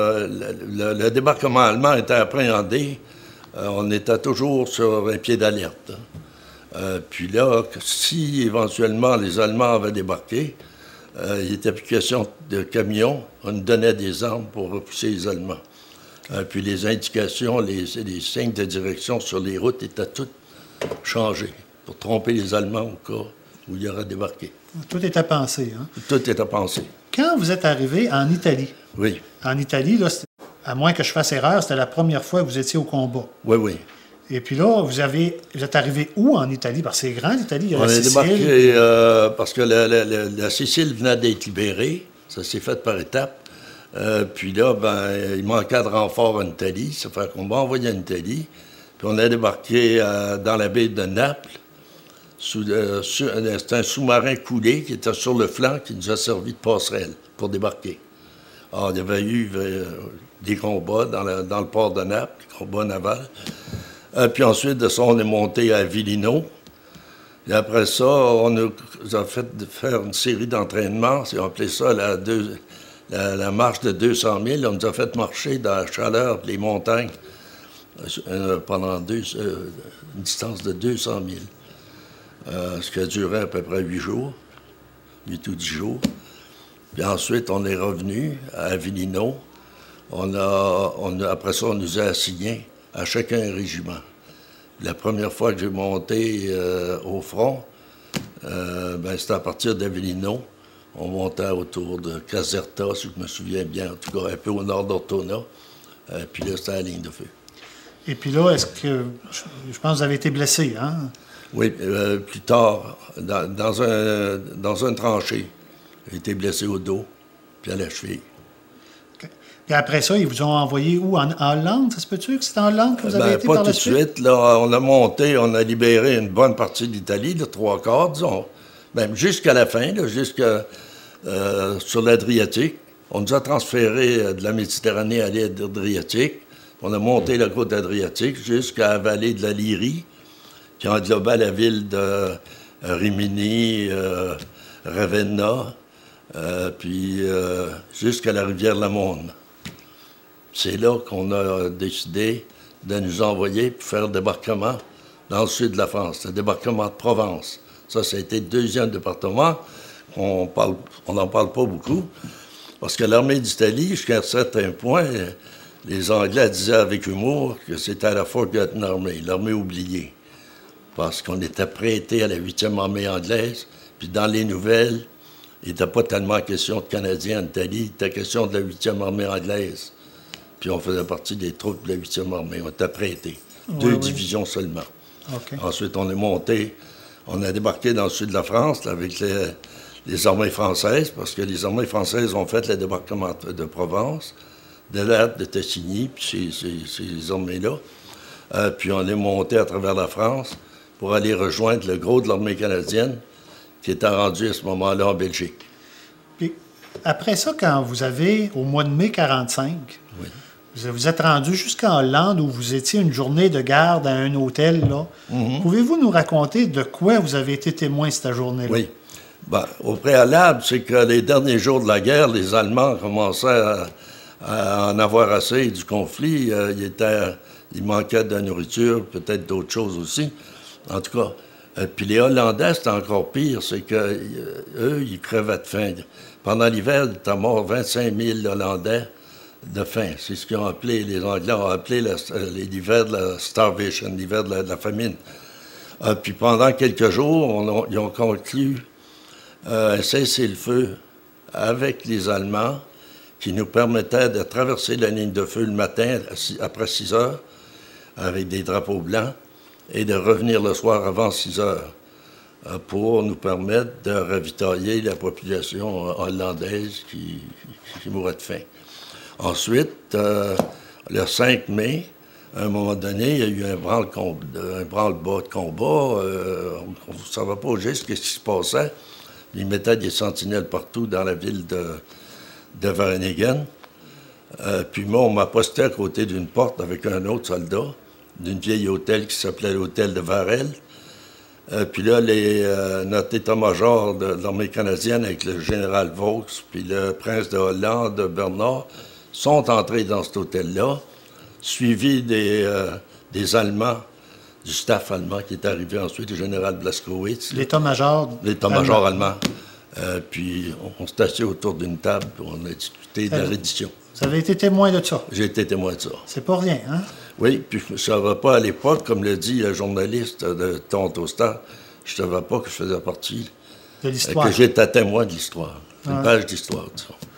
le débarquement allemand était appréhendé. On était toujours sur un pied d'alerte. Puis là, si éventuellement les Allemands avaient débarqué, il était plus question de camions. On nous donnait des armes pour repousser les Allemands. Puis les indications, les signes de direction sur les routes étaient tous changés pour tromper les Allemands au cas où il y aurait débarqué. Tout était pensé, hein? Tout était pensé. Quand vous êtes arrivé en Italie, oui. En Italie, là, à moins que je fasse erreur, c'était la première fois que vous étiez au combat. Oui, oui. Et puis là, vous êtes arrivé où en Italie? Parce que c'est grand, l'Italie. On est débarqué parce que la Sicile venait d'être libérée. Ça s'est fait par étapes. Puis là, il manquait de renfort en Italie. Ça fait qu'on m'a envoyé en Italie. Puis on a débarqué dans la baie de Naples. C'était un sous-marin coulé qui était sur le flanc qui nous a servi de passerelle pour débarquer. Alors, il y avait eu des combats dans le port de Naples, des combats navals. Puis ensuite de ça, on est monté à Avellino. Et après ça, on nous a fait faire une série d'entraînements. On appelait ça la marche de 200 000. On nous a fait marcher dans la chaleur les montagnes pendant une distance de 200 000. Ce qui a duré à peu près 8 jours, 8 ou 10 jours. Puis ensuite, on est revenu à Avellino. Après ça, on nous a assignés à chacun un régiment. La première fois que j'ai monté au front, c'était à partir d'Avellino. On montait autour de Caserta, si je me souviens bien, en tout cas un peu au nord d'Ortona. Puis là, c'était la ligne de feu. Et puis là, est-ce que... Je pense que vous avez été blessé, hein? Oui, plus tard, dans un tranchée. J'ai été blessé au dos, puis à la cheville. Et après ça, ils vous ont envoyé où? En Hollande? Ça se peut-tu que c'est en Hollande que vous avez été par la suite? Pas tout de suite. Là, on a monté, on a libéré une bonne partie de l'Italie, le 3/4, disons. Même jusqu'à la fin, sur l'Adriatique. On nous a transféré de la Méditerranée à l'Adriatique. On a monté la côte Adriatique jusqu'à la vallée de la Lyrie, qui englobait la ville de Rimini, Ravenna, puis jusqu'à la rivière Lamone. C'est là qu'on a décidé de nous envoyer pour faire le débarquement dans le sud de la France, le débarquement de Provence. Ça a été le deuxième département. On n'en parle pas beaucoup, parce que l'armée d'Italie, jusqu'à un certain point, les Anglais disaient avec humour que c'était la Forgotten Army, l'armée oubliée, parce qu'on était prêté à la 8e armée anglaise, puis dans les nouvelles, il n'était pas tellement question de Canadiens en Italie, il était question de la 8e armée anglaise. Puis on faisait partie des troupes de la 8e armée. On était prêtés. Deux divisions seulement. Okay. Ensuite, on est monté, on a débarqué dans le sud de la France là, avec les armées françaises, parce que les armées françaises ont fait le débarquement de Provence, de l'Arc, de Tassigny, puis ces armées-là. Puis on est monté à travers la France pour aller rejoindre le gros de l'armée canadienne, qui était rendu à ce moment-là en Belgique. Puis, après ça, quand vous avez, au mois de mai 1945, Oui. vous êtes rendu jusqu'en Hollande où vous étiez une journée de garde à un hôtel, là. Pouvez-vous nous raconter de quoi vous avez été témoin cette journée-là? Oui. Ben, au préalable, c'est que les derniers jours de la guerre, les Allemands commençaient à en avoir assez du conflit. Il manquait de nourriture, peut-être d'autres choses aussi. En tout cas, puis les Hollandais, c'était encore pire, c'est que eux, ils crevaient de faim. Pendant l'hiver, il était mort 25 000 Hollandais de faim. C'est ce qu'ils ont appelé, les Anglais ont appelé l'hiver de la starvation, l'hiver de la famine. Puis pendant quelques jours, ils ont conclu un cessez-le-feu avec les Allemands qui nous permettait de traverser la ligne de feu le matin après 6 heures avec des drapeaux blancs et de revenir le soir avant 6 heures pour nous permettre de ravitailler la population hollandaise qui mourait de faim. Ensuite, le 5 mai, à un moment donné, il y a eu un branle-bas de combat. On ne savait pas au juste ce qui se passait. Ils mettaient des sentinelles partout dans la ville de Vareniguen. Puis moi, on m'a posté à côté d'une porte avec un autre soldat d'une vieille hôtel qui s'appelait l'hôtel de Varel. Puis là, notre état-major de l'armée canadienne avec le général Vaux puis le prince de Hollande, Bernard, sont entrés dans cet hôtel-là, suivis des Allemands, du staff allemand qui est arrivé ensuite, le général Blaskowitz. L'état-major allemand. Puis on s'est assis autour d'une table, puis on a discuté de la reddition. Vous avez été témoin de ça? J'ai été témoin de ça. C'est pas rien, hein? Oui, puis je ne savais pas à l'époque, comme le dit le journaliste de Toronto Star, je ne savais pas que je faisais partie de l'histoire. Que j'étais témoin de l'histoire. Une page d'histoire,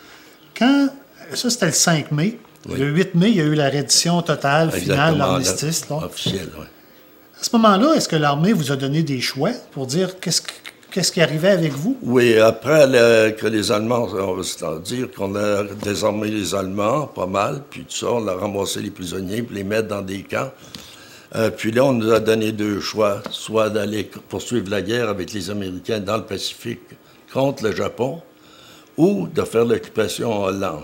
ça. Ça, c'était le 5 mai. Oui. Le 8 mai, il y a eu la reddition totale, finale, l'armistice. Officielle, oui. À ce moment-là, est-ce que l'armée vous a donné des choix pour dire qu'est-ce qui arrivait avec vous? Oui, après que les Allemands, c'est-à-dire qu'on a désarmé les Allemands, pas mal, puis tout ça, on a ramassé les prisonniers, puis les mettre dans des camps. Puis là, on nous a donné 2 choix, soit d'aller poursuivre la guerre avec les Américains dans le Pacifique contre le Japon, ou de faire l'occupation en Hollande.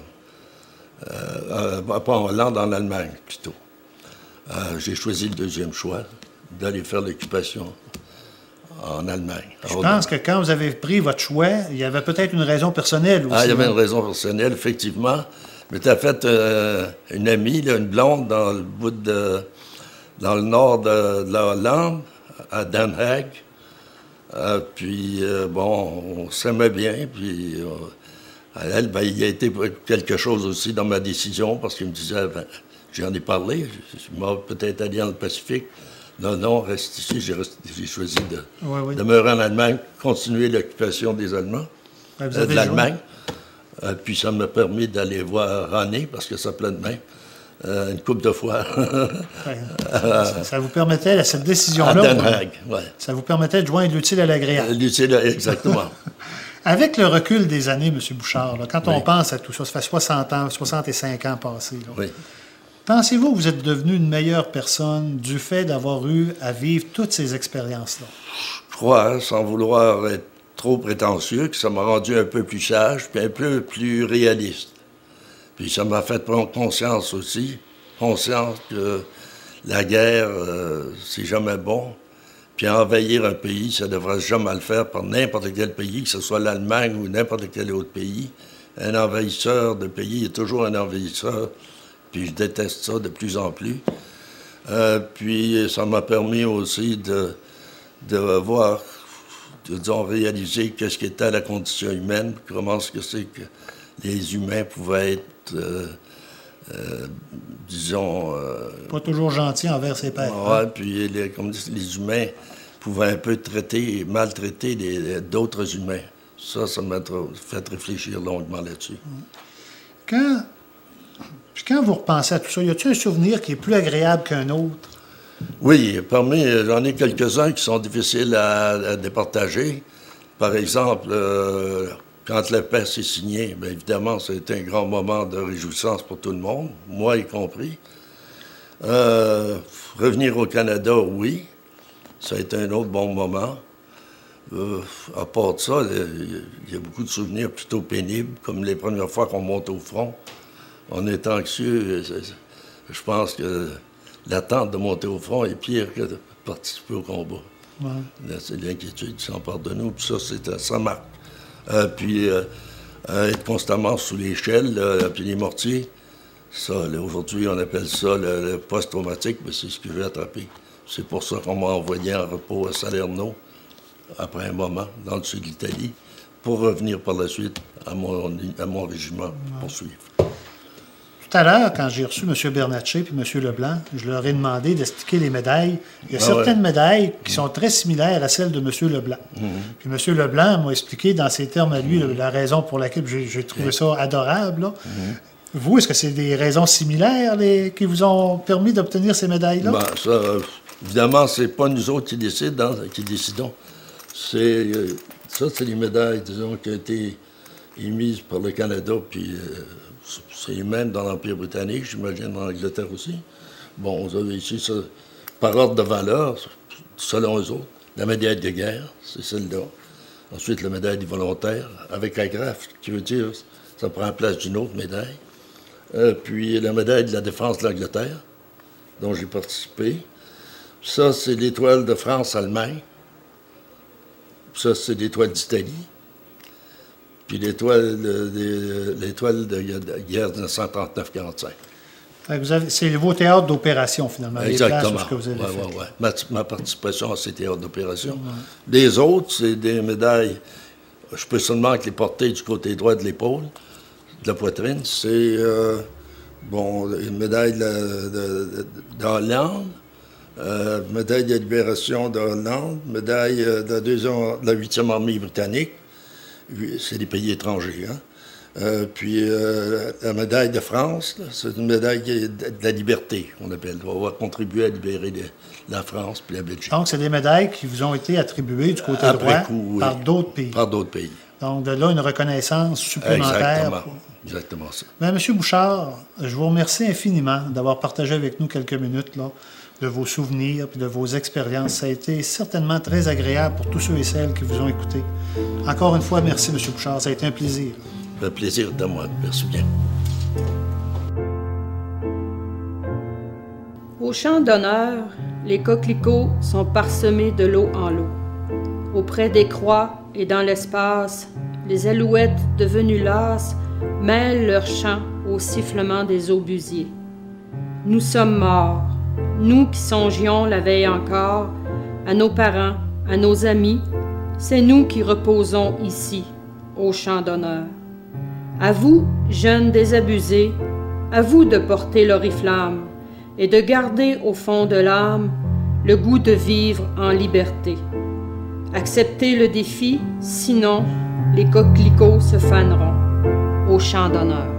Pas en Hollande, en Allemagne, plutôt. J'ai choisi le 2e choix, d'aller faire l'occupation en Allemagne. Je pense que quand vous avez pris votre choix, il y avait peut-être une raison personnelle aussi. Il y avait une raison personnelle, effectivement. Mais tu as fait une amie, là, une blonde, dans le nord de la Hollande, à Den Haag. Puis, on s'aimait bien. Puis, elle, il y a été quelque chose aussi dans ma décision, parce qu'il me disait, j'en ai parlé, je vais peut-être aller dans le Pacifique. Non, reste ici. J'ai choisi de demeurer en Allemagne, continuer l'occupation des Allemands, de l'Allemagne. Puis ça m'a permis d'aller voir René, parce que ça s'appelait de même, une couple de fois. Ça vous permettait, cette décision-là, à Den Haag, ça vous permettait de joindre l'utile à l'agréable. L'utile, exactement. Avec le recul des années, M. Bouchard, là, quand on pense à tout ça, ça fait 65 ans passés. Là. Oui. Pensez-vous que vous êtes devenu une meilleure personne du fait d'avoir eu à vivre toutes ces expériences-là? Je crois, sans vouloir être trop prétentieux, que ça m'a rendu un peu plus sage, puis un peu plus réaliste. Puis ça m'a fait prendre conscience aussi, que la guerre, c'est jamais bon. Puis envahir un pays, ça ne devrait jamais le faire par n'importe quel pays, que ce soit l'Allemagne ou n'importe quel autre pays. Un envahisseur de pays est toujours un envahisseur. Puis je déteste ça de plus en plus. Puis ça m'a permis aussi de voir, disons, réaliser qu'est-ce qu'était la condition humaine, comment est-ce que c'est que les humains pouvaient être, disons... pas toujours gentils envers ses pairs. Oui, puis comme les humains pouvaient un peu maltraiter d'autres humains. Ça m'a fait réfléchir longuement là-dessus. Quand vous repensez à tout ça, y a-t-il un souvenir qui est plus agréable qu'un autre? Oui, j'en ai quelques-uns qui sont difficiles à départager. Par exemple, quand la paix s'est signée, bien évidemment, ça a été un grand moment de réjouissance pour tout le monde, moi y compris. Revenir au Canada, oui, ça a été un autre bon moment. À part de ça, il y a beaucoup de souvenirs plutôt pénibles, comme les premières fois qu'on monte au front. On est anxieux. Je pense que l'attente de monter au front est pire que de participer au combat. Ouais. C'est l'inquiétude qui s'empare de nous, puis ça marque. Puis être constamment sous l'échelle, puis les mortiers, ça, aujourd'hui, on appelle ça le post-traumatique, mais c'est ce que j'ai attrapé. C'est pour ça qu'on m'a envoyé en repos à Salerno, après un moment, dans le sud de l'Italie, pour revenir par la suite à mon régiment poursuivre. Tout à l'heure, quand j'ai reçu M. Bernatchez et M. Leblanc, je leur ai demandé d'expliquer les médailles. Il y a certaines médailles qui sont très similaires à celles de M. Leblanc. Puis M. Leblanc m'a expliqué dans ses termes à lui la raison pour laquelle j'ai trouvé ça adorable. Là. Vous, est-ce que c'est des raisons similaires qui vous ont permis d'obtenir ces médailles-là? Ben, ça, évidemment, c'est pas nous autres qui décidons. C'est les médailles, disons, qui ont été émises par le Canada, puis c'est les mêmes dans l'Empire britannique, j'imagine, en Angleterre aussi. Bon, vous avez ici, ça, par ordre de valeur, selon eux autres, la médaille de guerre, c'est celle-là. Ensuite, la médaille du volontaire, avec agrafe, qui veut dire, ça prend la place d'une autre médaille. Puis la médaille de la défense de l'Angleterre, dont j'ai participé. Ça, c'est l'étoile de France-Allemagne. Ça, c'est l'étoile d'Italie. Puis l'étoile de guerre 1939-45. C'est vos théâtres d'opération, finalement. Exactement. Les places où vous avez fait. Ouais. Ma participation à ces théâtres d'opération. Ouais. Les autres, c'est des médailles. Je peux seulement les porter du côté droit de l'épaule, de la poitrine. C'est une médaille d'Hollande, médaille de libération de Hollande, médaille de la 8e armée britannique. C'est des pays étrangers. Puis la médaille de France, c'est une médaille de la liberté, on appelle. On va contribuer à libérer la France puis la Belgique. Donc, c'est des médailles qui vous ont été attribuées du côté droit par d'autres pays. Par d'autres pays. Donc, de là, une reconnaissance supplémentaire. Exactement ça. Bien, M. Bouchard, je vous remercie infiniment d'avoir partagé avec nous quelques minutes là, de vos souvenirs et de vos expériences. Ça a été certainement très agréable pour tous ceux et celles qui vous ont écouté. Encore une fois, merci, M. Bouchard. Ça a été un plaisir. Un plaisir de moi. Merci bien. Au champ d'honneur, les coquelicots sont parsemés de lot en lot. Auprès des croix et dans l'espace, les alouettes devenues lasses mêlent leur chant au sifflement des obusiers. Nous sommes morts, nous qui songions la veille encore, à nos parents, à nos amis, c'est nous qui reposons ici, au champ d'honneur. À vous, jeunes désabusés, à vous de porter l'oriflamme et de garder au fond de l'âme le goût de vivre en liberté. Acceptez le défi, sinon les coquelicots se faneront au champ d'honneur.